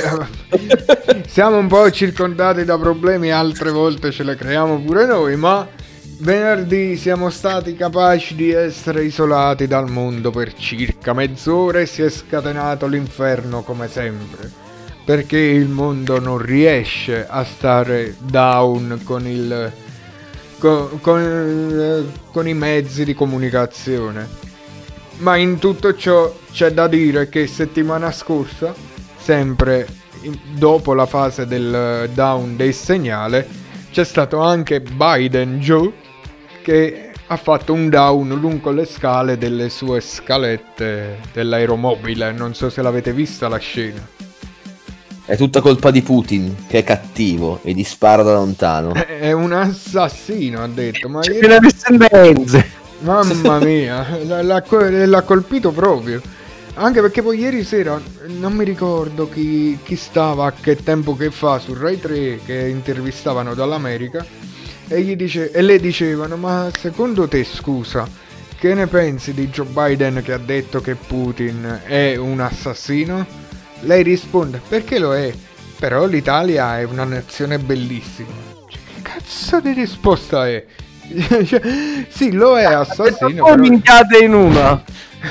Siamo un po' circondati da problemi, altre volte ce le creiamo pure noi, ma venerdì siamo stati capaci di essere isolati dal mondo per circa mezz'ora e si è scatenato l'inferno come sempre. Perché il mondo non riesce a stare down con il con, con, con i mezzi di comunicazione. Ma in tutto ciò c'è da dire che settimana scorsa, sempre dopo la fase del down del segnale, c'è stato anche Biden Joe che ha fatto un down lungo le scale delle sue scalette dell'aeromobile. Non so se l'avete vista la scena. È tutta colpa di Putin, che è cattivo e gli spara da lontano. È un assassino, ha detto. Ma c'è io... le discendenze. Mamma mia, l'ha, l'ha, l'ha colpito proprio. Anche perché poi ieri sera, non mi ricordo chi, chi stava, a che tempo che fa, su Rai tre, che intervistavano dall'America, e, gli dice, e le dicevano, ma secondo te, scusa, che ne pensi di Joe Biden che ha detto che Putin è un assassino? Lei risponde, perché lo è, però l'Italia è una nazione bellissima. Cioè, che cazzo di risposta è? Cioè, sì, lo è assassino, però... minchiate in una.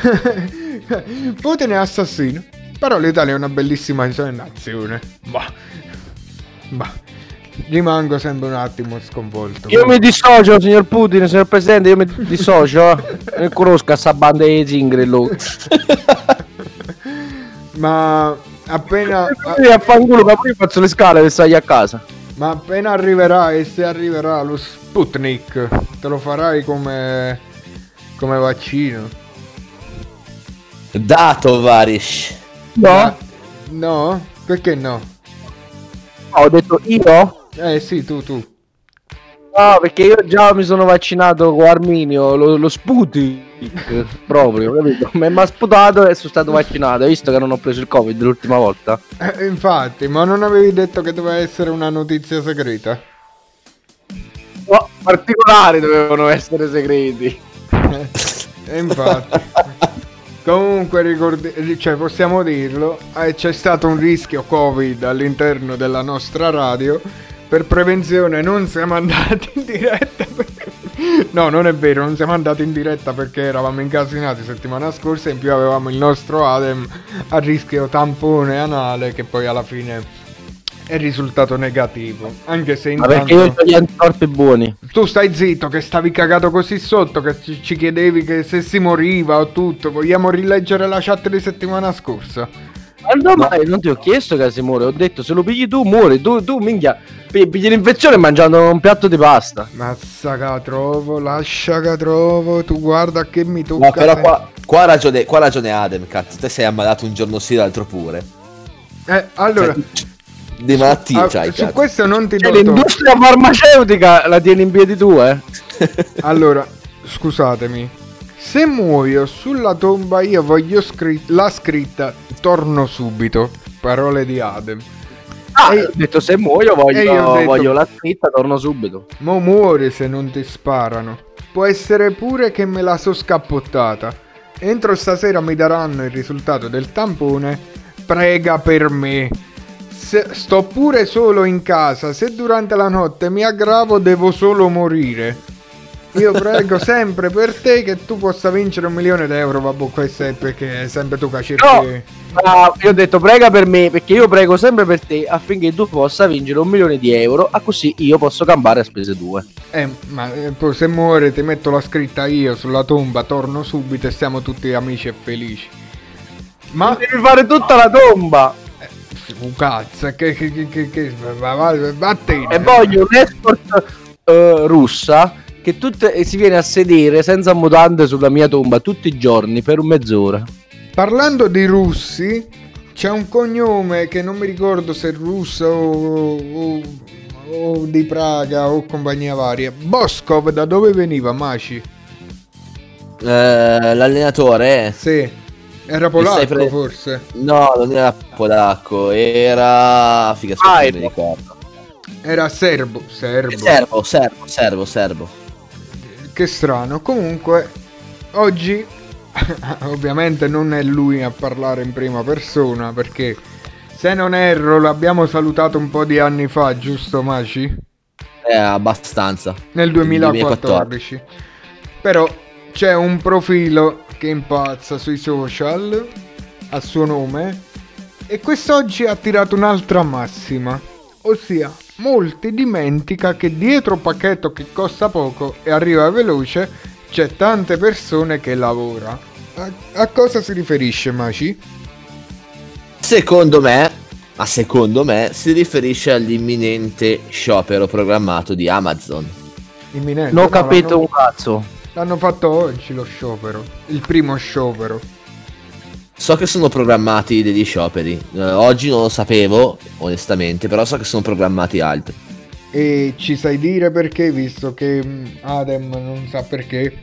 Putin è assassino, però l'Italia è una bellissima nazione. Bah, bah, rimango sempre un attimo sconvolto. Io mi dissocio, signor Putin, signor Presidente, io mi dissocio. Non conosco sta banda di zingri. Ma appena a fanculo, ma poi faccio le scale per stare a casa. Ma appena arriverà, e se arriverà lo Sputnik, te lo farai come come vaccino? Dato Varish. No? No? Perché no? Ho detto io? Eh sì, tu tu. No, perché io già mi sono vaccinato con Arminio, lo, lo Sputnik proprio, capito? Mi ha sputato e sono stato vaccinato. Hai visto che non ho preso il Covid l'ultima volta? Eh, infatti, ma non avevi detto che doveva essere una notizia segreta? No, particolari dovevano essere segreti. Eh, infatti. Comunque ricordi, cioè possiamo dirlo, eh, c'è stato un rischio Covid all'interno della nostra radio. Per prevenzione non siamo andati in diretta. No, non è vero, non siamo andati in diretta perché eravamo incasinati settimana scorsa, in più avevamo il nostro Adem a rischio tampone anale che poi alla fine è risultato negativo. Anche se Ma intanto... perché io ho gli anticorpi buoni. Tu stai zitto che stavi cagato così sotto che ci ci chiedevi che se si moriva o tutto. Vogliamo rileggere la chat di settimana scorsa? Ma no, ma non ti ho chiesto che si muore, ho detto se lo pigli tu muori, tu, tu minchia, pi- pigli l'infezione mangiando un piatto di pasta. Mazza che trovo, lascia che trovo, tu guarda che mi tocca. No, però qua, qua, ragione, qua ragione Adem, cazzo, te sei ammalato un giorno sì, l'altro pure. Eh, allora... Cioè, di malattie ah, c'hai, su cazzo. questo non ti Cioè, do torto. l'industria farmaceutica la tieni in piedi tu, eh? Allora, scusatemi. Se muoio sulla tomba io voglio scri- la scritta torno subito. Parole di Adem. Ah, E- ho detto se muoio e io voglio, ho detto- voglio la scritta, torno subito. Mo muore se non ti sparano. Può essere pure che me la so scappottata. Entro stasera mi daranno il risultato del tampone. Prega per me. Se sto pure solo in casa. Se durante la notte mi aggravo devo solo morire. Io prego sempre per te che tu possa vincere un milione d'euro. Vabbè, questo è perché è sempre tu che cerchi. No, ma io ho detto prega per me perché io prego sempre per te affinché tu possa vincere un milione di euro, a così io posso campare a spese tue. Eh, ma eh, poi se muore ti metto la scritta io sulla tomba, torno subito e siamo tutti amici e felici. Ma devi fare tutta la tomba. Un cazzo, che che che che, che va, va, vattene. E voglio un escort eh, russa che tutte, si viene a sedere senza mutande sulla mia tomba tutti i giorni per mezz'ora. Parlando di russi, c'è un cognome che non mi ricordo se è russo o, o, o di Praga o compagnia varia. Boskov, da dove veniva, Maci? Eh, l'allenatore? Sì, era Mi stai polacco pre- forse. No, non era polacco, era... Figa, aspetta, Ah, non è- mi ricordo. Era serbo, serbo. Serbo, serbo, serbo, serbo. Che strano. Comunque, oggi, ovviamente non è lui a parlare in prima persona, perché se non erro l'abbiamo salutato un po' di anni fa, giusto Maci? Eh, abbastanza. Nel duemilaquattordici. Però c'è un profilo che impazza sui social a suo nome e quest'oggi ha tirato un'altra massima, ossia molti dimentica che dietro un pacchetto che costa poco e arriva veloce c'è tante persone che lavora. A, a cosa si riferisce, Maci? Secondo me, ma secondo me, si riferisce all'imminente sciopero programmato di Amazon. Imminente. Non ho No, capito l'hanno- un cazzo. L'hanno fatto oggi lo sciopero, il primo sciopero. So che sono programmati degli scioperi. Eh, oggi non lo sapevo, onestamente, però so che sono programmati altri. E ci sai dire perché, visto che mm, Adem non sa perché?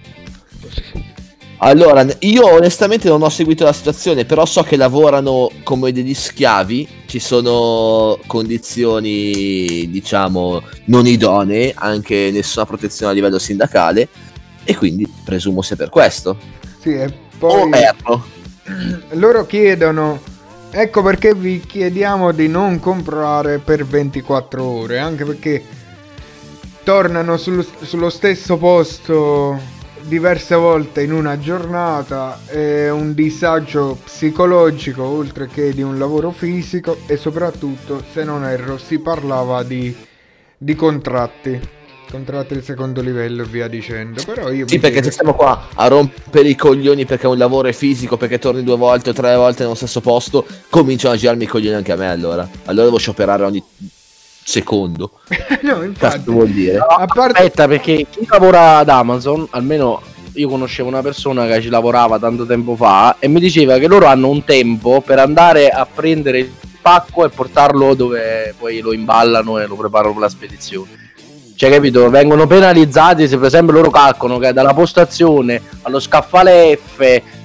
Allora, io onestamente non ho seguito la situazione, però so che lavorano come degli schiavi, ci sono condizioni, diciamo, non idonee, anche nessuna protezione a livello sindacale, e quindi presumo sia per questo. Sì, e O poi erro. loro chiedono, ecco perché vi chiediamo di non comprare per ventiquattro ore, anche perché tornano sul- sullo stesso posto diverse volte in una giornata, è un disagio psicologico oltre che di un lavoro fisico, e soprattutto, se non erro, si parlava di, di contratti contratti di secondo livello e via dicendo. Però io Sì, mi perché chiedo- se stiamo qua a rompere i coglioni perché un lavoro è fisico, perché torni due volte o tre volte nello stesso posto, cominciano a girarmi i coglioni anche a me allora. Allora devo scioperare ogni secondo. no, infatti, Cazzo vuol dire? a parte Aspetta, perché chi lavora ad Amazon, almeno io conoscevo una persona che ci lavorava tanto tempo fa e mi diceva che loro hanno un tempo per andare a prendere il pacco e portarlo dove poi lo imballano e lo preparano per la spedizione. Cioè, capito? Vengono penalizzati se per esempio loro calcolano che dalla postazione allo scaffale F,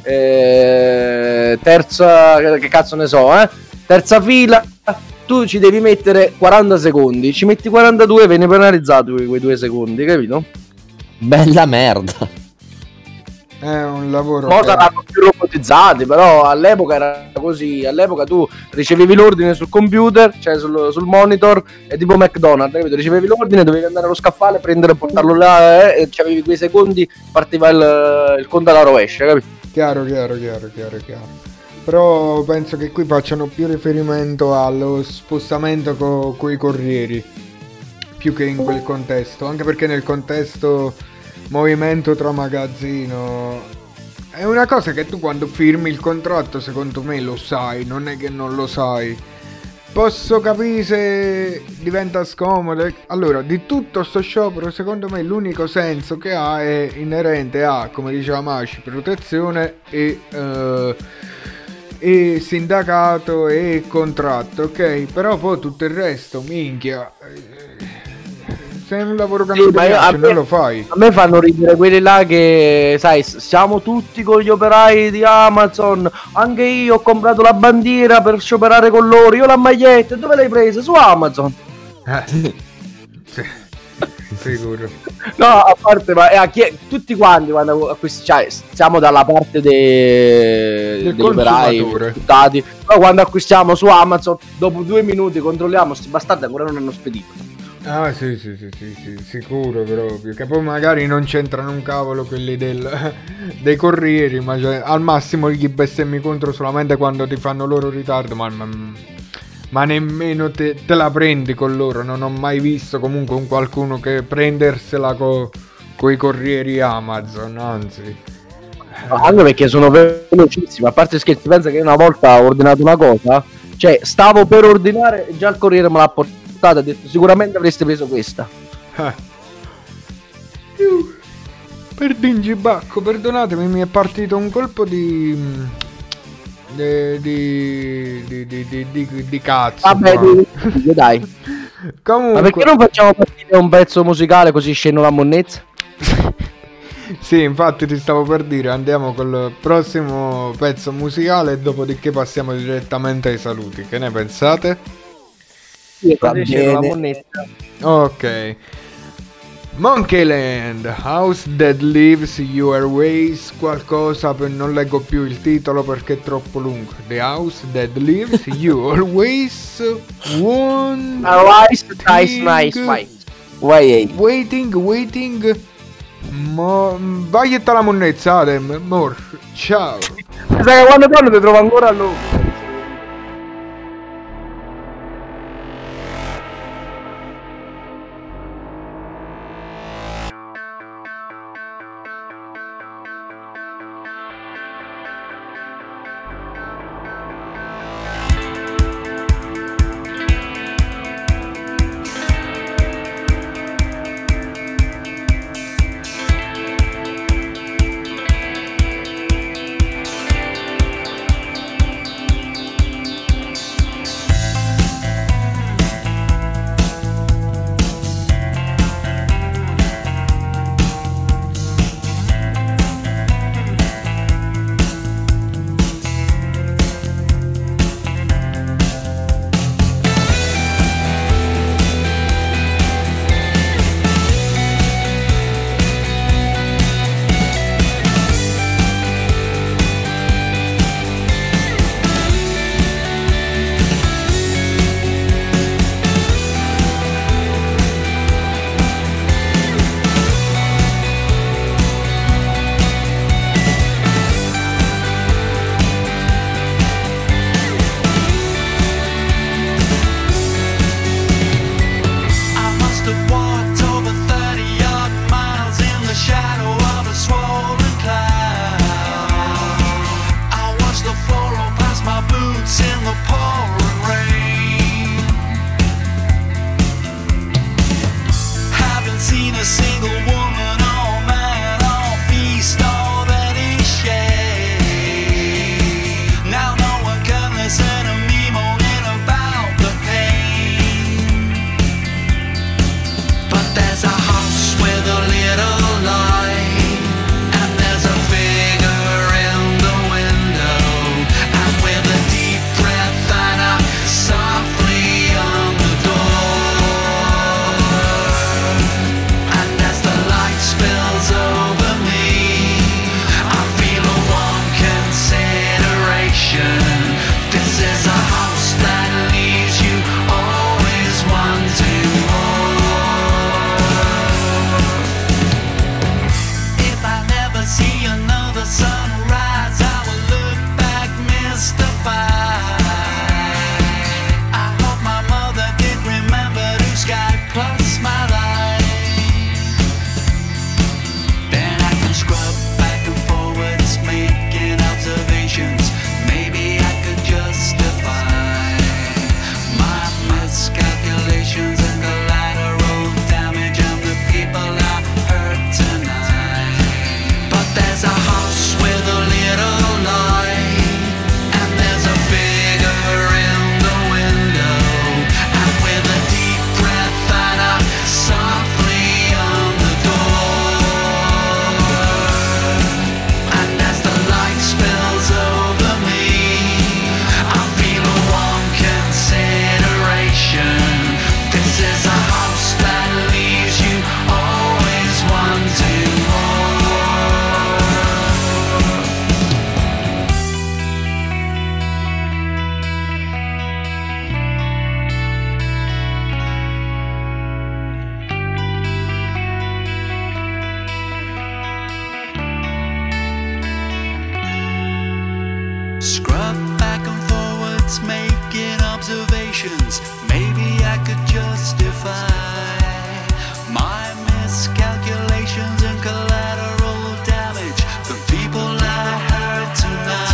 eh, terza, che cazzo ne so, eh, terza fila, tu ci devi mettere quaranta secondi, ci metti quarantadue e vieni penalizzato quei, quei due secondi, capito? Bella merda. È un lavoro. Mo' che- saranno più robotizzati, però all'epoca era così. All'epoca tu ricevevi l'ordine sul computer, cioè sul, sul monitor, è tipo McDonald's, capito? Ricevevi l'ordine, dovevi andare allo scaffale, prendere e portarlo là, eh, e c'avevi quei secondi, partiva il, il conto alla rovescia, capito? Chiaro, chiaro, chiaro, chiaro, chiaro. Però penso che qui facciano più riferimento allo spostamento co- coi corrieri, più che in quel contesto, anche perché nel contesto movimento tra magazzino è una cosa che tu quando firmi il contratto secondo me lo sai, non è che non lo sai. Posso capire se diventa scomodo. Allora, di tutto sto sciopero, secondo me l'unico senso che ha è inerente a, come diceva Masci, protezione e, eh, e sindacato e contratto, ok? Però poi tutto il resto, minchia, se è un lavoro che Sì, non ti ma io- piace, a non me- lo fai. A me fanno ridere quelli là che, sai, s- siamo tutti con gli operai di Amazon. Anche io ho comprato la bandiera per scioperare con loro. Io la maglietta, dove l'hai presa? Su Amazon. Eh, sì, sicuro. No, a parte, ma è a chi- tutti quanti quando acquisti, cioè, siamo dalla parte dei, Del degli operai consumatore. sfruttati. Però quando acquistiamo su Amazon, dopo due minuti controlliamo, sti bastardi ancora non hanno spedito. Ah sì sì sì sì, sì sicuro proprio. Che poi magari non c'entrano un cavolo quelli del, dei corrieri, ma cioè, al massimo gli bestemmi contro solamente quando ti fanno loro ritardo, ma, ma, ma nemmeno te, te la prendi con loro. Non ho mai visto comunque un qualcuno che prendersela co, coi corrieri Amazon, anzi. Anche perché sono velocissimi, a parte scherzi, pensa che una volta ho ordinato una cosa, cioè stavo per ordinare e già il corriere me l'ha portata, ha detto sicuramente avreste preso questa. Eh. Per Dingibacco, perdonatemi, mi è partito un colpo di... di... di... di... di, di, di, di cazzo. Vabbè, qua. di- di- dai. Comunque... Ma perché non facciamo partire un pezzo musicale così scendo la monnezza? Sì, infatti ti stavo per dire, andiamo col prossimo pezzo musicale e dopodiché passiamo direttamente ai saluti. Che ne pensate? Sì, Va così scendo la bene. monnezza. Ok. Monkeyland, House That Lives Your Ways, qualcosa per non leggo più il titolo perché è troppo lungo. The House That Lives Your Ways, one Nice, nice, nice, nice. Wait, waiting, waiting. Mo... Vaglietta la monnezza, Adem, mor. Ciao. Sai che quando torno ti trovo ancora a lungo. Scrub back and forwards, making observations. Maybe I could justify my miscalculations and collateral damage from people I hurt tonight.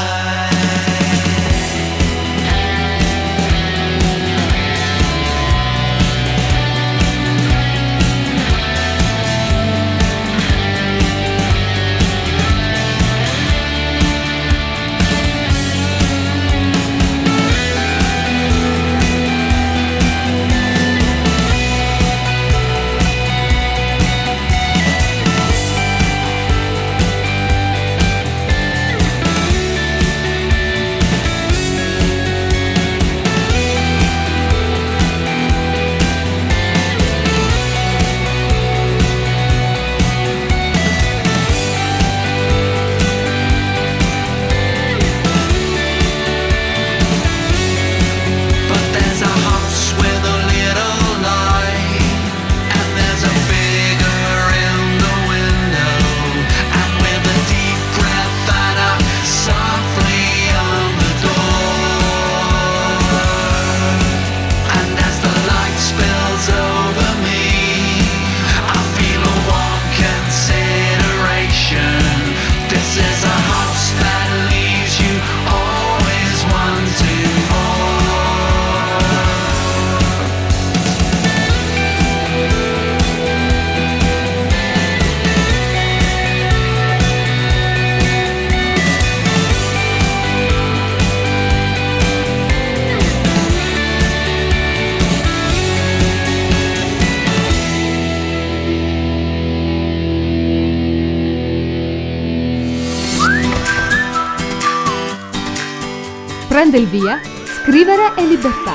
Prende il via, scrivere è libertà.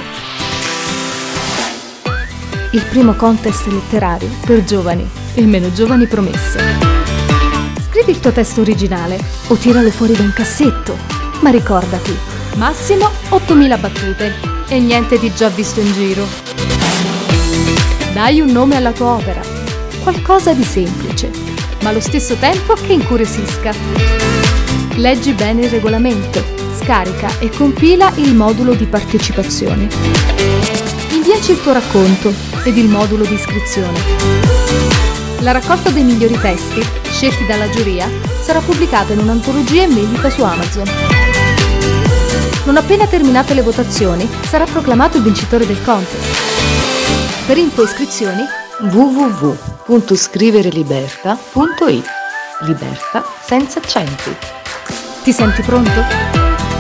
Il primo contest letterario per giovani e meno giovani promesse. Scrivi il tuo testo originale o tiralo fuori da un cassetto, ma ricordati, massimo ottomila battute e niente di già visto in giro. Dai un nome alla tua opera, qualcosa di semplice, ma allo stesso tempo che incuriosisca. Leggi bene il regolamento. Scarica e compila il modulo di partecipazione. Inviaci il tuo racconto ed il modulo di iscrizione. La raccolta dei migliori testi, scelti dalla giuria, sarà pubblicata in un'antologia inedita su Amazon. Non appena terminate le votazioni, sarà proclamato il vincitore del contest. Per info e iscrizioni w w w punto scrivereliberta punto it. Libertà senza accenti. Ti senti pronto?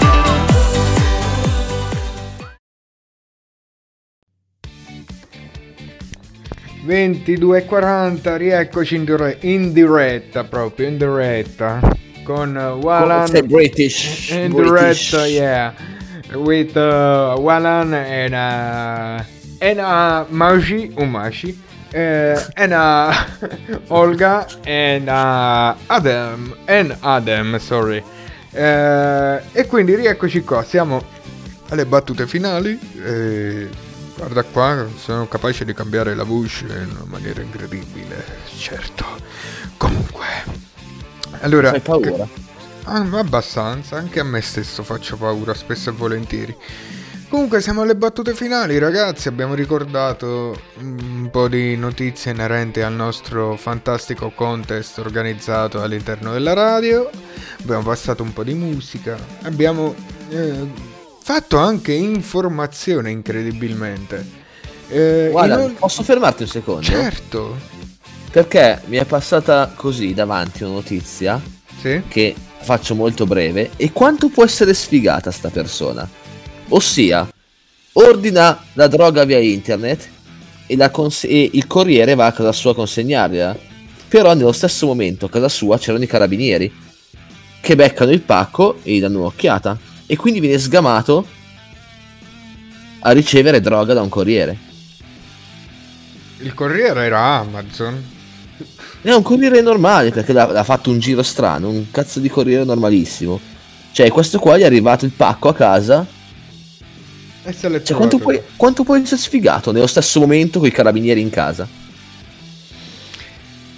ventidue e quaranta, rieccoci in, dire- in diretta, proprio in diretta con uh, Walan. Sei British. In British. diretta, yeah, with uh, Walan and uh, and uh, Maji, Umashi, uh, and uh, Olga and uh, Adam and Adam, sorry. Uh, e quindi rieccoci qua, siamo alle battute finali. Eh, Guarda qua, sono capace di cambiare la voce in una maniera incredibile, certo. Comunque, allora... Fai paura? Che, ah, abbastanza, anche a me stesso faccio paura, spesso e volentieri. Comunque siamo alle battute finali, ragazzi, abbiamo ricordato un po' di notizie inerenti al nostro fantastico contest organizzato all'interno della radio, abbiamo passato un po' di musica, abbiamo... Eh, fatto anche informazione incredibilmente. Eh, Guarda, inol- posso fermarti un secondo? Certo. Perché mi è passata così davanti una notizia, sì? Che faccio molto breve. E quanto può essere sfigata sta persona? Ossia, ordina la droga via internet e, la cons- e il corriere va a casa sua a consegnarla. Però nello stesso momento a casa sua c'erano i carabinieri che beccano il pacco e gli danno un'occhiata. E quindi viene sgamato a ricevere droga da un corriere. Il corriere era Amazon? È un corriere normale, perché l'ha, l'ha fatto un giro strano, un cazzo di corriere normalissimo. Cioè, questo qua gli è arrivato il pacco a casa. E se l'è cioè, quanto puoi, quanto puoi essere sfigato nello stesso momento con i carabinieri in casa?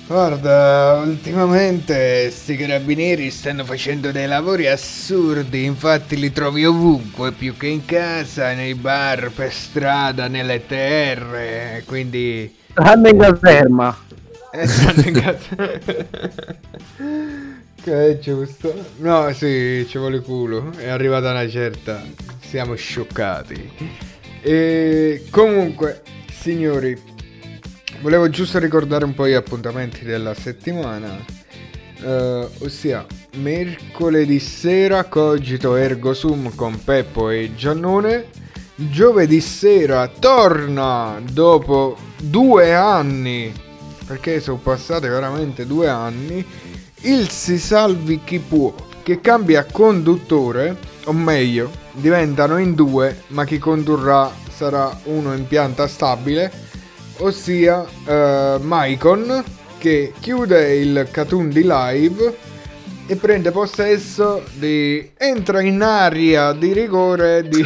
Guarda, ultimamente sti carabinieri stanno facendo dei lavori assurdi, infatti li trovi ovunque, più che in casa, nei bar, per strada, nelle terre, quindi... Tranne in caserma. Eh, tranne in caserma. Che è giusto? No, sì, ci vuole culo, è arrivata una certa, siamo scioccati. E comunque, signori... Volevo giusto ricordare un po' gli appuntamenti della settimana, uh, ossia mercoledì sera Cogito Ergo Sum con Peppo e Giannone, giovedì sera torna dopo due anni, perché sono passati veramente due anni, il Si Salvi Chi Può, che cambia conduttore, o meglio, diventano in due, ma chi condurrà sarà uno in pianta stabile, ossia uh, Maicon, che chiude il Cartoon di Live e prende possesso di... entra in area di rigore di,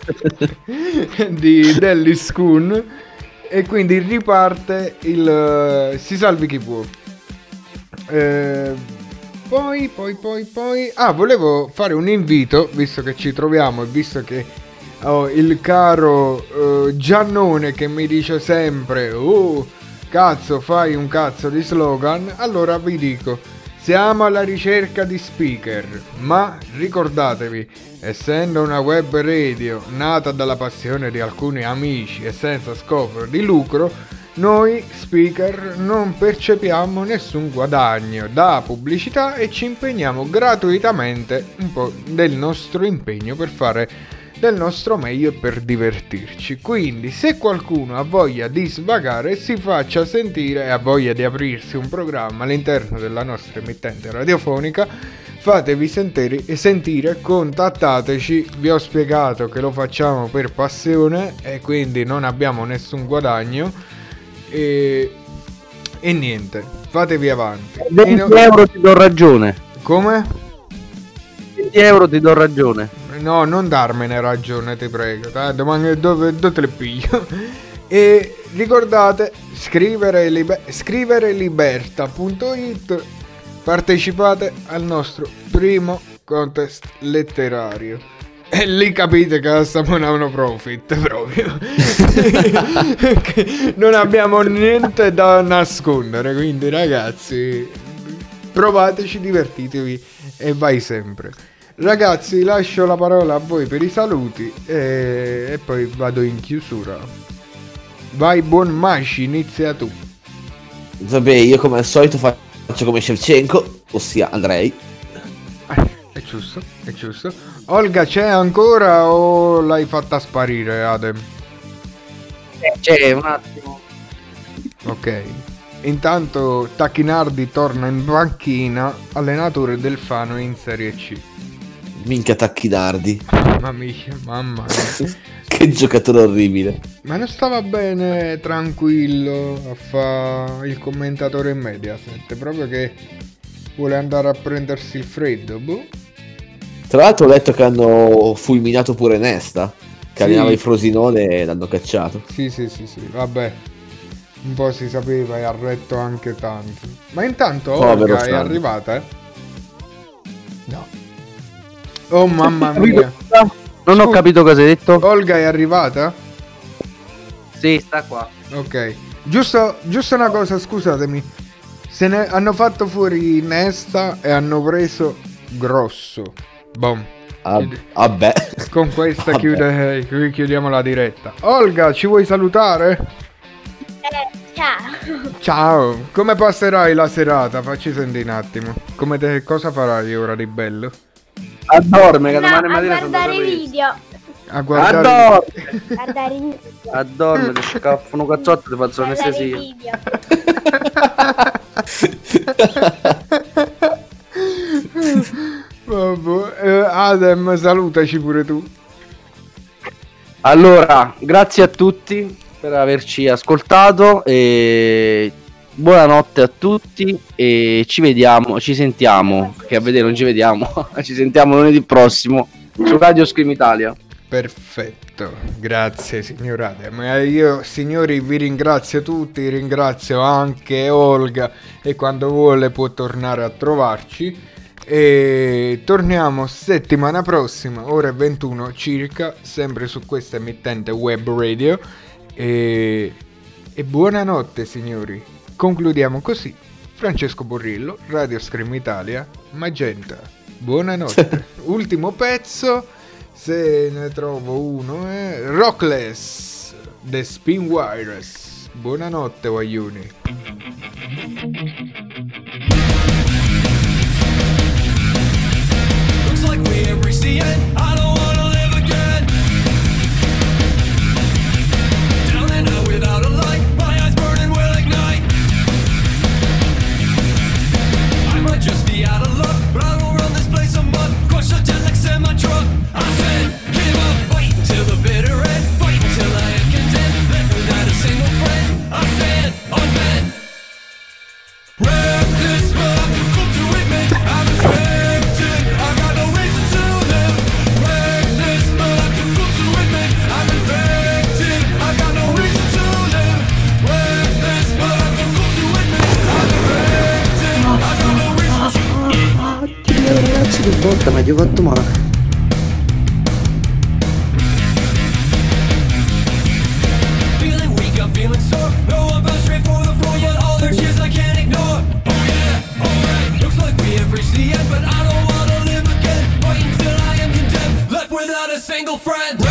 di Dellis Kun e quindi riparte il uh, Si Salvi Chi Può. Eh, poi, poi, poi, poi... Ah, volevo fare un invito, visto che ci troviamo e visto che Oh, il caro uh, Giannone che mi dice sempre oh cazzo fai un cazzo di slogan, allora vi dico siamo alla ricerca di speaker, ma ricordatevi, essendo una web radio nata dalla passione di alcuni amici e senza scopo di lucro, noi speaker non percepiamo nessun guadagno da pubblicità e ci impegniamo gratuitamente un po' del nostro impegno per fare del nostro meglio per divertirci. Quindi se qualcuno ha voglia di svagare si faccia sentire e ha voglia di aprirsi un programma all'interno della nostra emittente radiofonica, fatevi sentire e sentire, contattateci. Vi ho spiegato che lo facciamo per passione e quindi non abbiamo nessun guadagno e, e niente, fatevi avanti. venti euro ti do ragione. Come? venti euro ti do ragione. No, non darmene ragione, ti prego. Dai, domani dove, dove te le piglio? E ricordate, scrivere, liber- scrivere liberta punto it, partecipate al nostro primo contest letterario. E lì capite che stiamo in una profit proprio. Non abbiamo niente da nascondere, quindi ragazzi, provateci, divertitevi e vai sempre. Ragazzi, lascio la parola a voi per i saluti e, e poi vado in chiusura. Vai, buon Masci, inizia tu. Vabbè, io come al solito faccio come Shevchenko, ossia andrei. È giusto, è giusto. Olga c'è ancora o l'hai fatta sparire, Adem? Eh, c'è un attimo. Ok. Intanto Tacchinardi torna in panchina, allenatore del Fano in Serie C. Minchia Tacchinardi. Mamma mia, mamma mia. Che giocatore orribile. Ma non stava bene tranquillo a fare il commentatore in Mediaset, proprio che vuole andare a prendersi il freddo, boh. Tra l'altro ho letto che hanno fulminato pure Nesta, che Sì. allenava il Frosinone e l'hanno cacciato. Sì, sì, sì, sì, vabbè. Un po' si sapeva e ha retto anche tanto. Ma intanto Povero Olga è Sandro. arrivata, eh? No. Oh mamma mia. Non ho Scusa, capito cosa hai detto. Olga è arrivata? Sì, sta qua. Ok. Giusto, giusto una cosa, scusatemi. Se ne hanno fatto fuori Nesta e hanno preso Grosso. Bom. Ah, vabbè. Con questa Vabbè. chiude, qui chiudiamo la diretta. Olga, ci vuoi salutare? Eh, ciao. Ciao. Come passerai la serata? Facci sentire un attimo. Come te, cosa farai ora di bello? A dorme, che No, domani a mattina sono guardare sempre preso. video. A guardare. A dorme. Guardare i video. A dorme, ti scaffano cazzotto, ti faccio Guardare i anestesia. video. Vabbè, eh, Adem, salutaci pure tu. Allora, grazie a tutti per averci ascoltato e buonanotte a tutti e ci vediamo, ci sentiamo, che a vedere non ci vediamo, ci sentiamo lunedì prossimo su Radio Scream Italia. Perfetto, grazie signor Adem. Eh, Io signori vi ringrazio tutti, ringrazio anche Olga e quando vuole può tornare a trovarci. E torniamo settimana prossima, ore ventuno circa, sempre su questa emittente web radio. E, e buonanotte signori. Concludiamo così. Francesco Borrillo, Radio Scream Italia, Magenta. Buonanotte. Ultimo pezzo, se ne trovo uno, è Rockless, The Spin Virus. Buonanotte guaglioni. Looks like we have reached the end. I don't wanna live again. Down and out without a light. My eyes burning will ignite. I might just be out of luck, but I will run this place a month. Crush the jet like semi truck. I said, give up, fight until the bitter end. Fight until I am condemned. Left without a single friend. I stand unbent. Reckless, but I'm too cool to admit I'm infected. I got no reason to live. Reckless, but I'm too cool to admit I'm infected. I got no reason to live. Reckless, but I'm too cool to admit I'm infected. I got no reason to live. Dio ragazzi, che botta, ma gli ho fatto male. Feeling weak, I'm feeling sore. No, I'm bound straight for the floor, yet all their cheers I can't ignore. Oh yeah, alright. Looks like we have reached the end, but I don't wanna live again. Fighting till I am condemned, left without a single friend.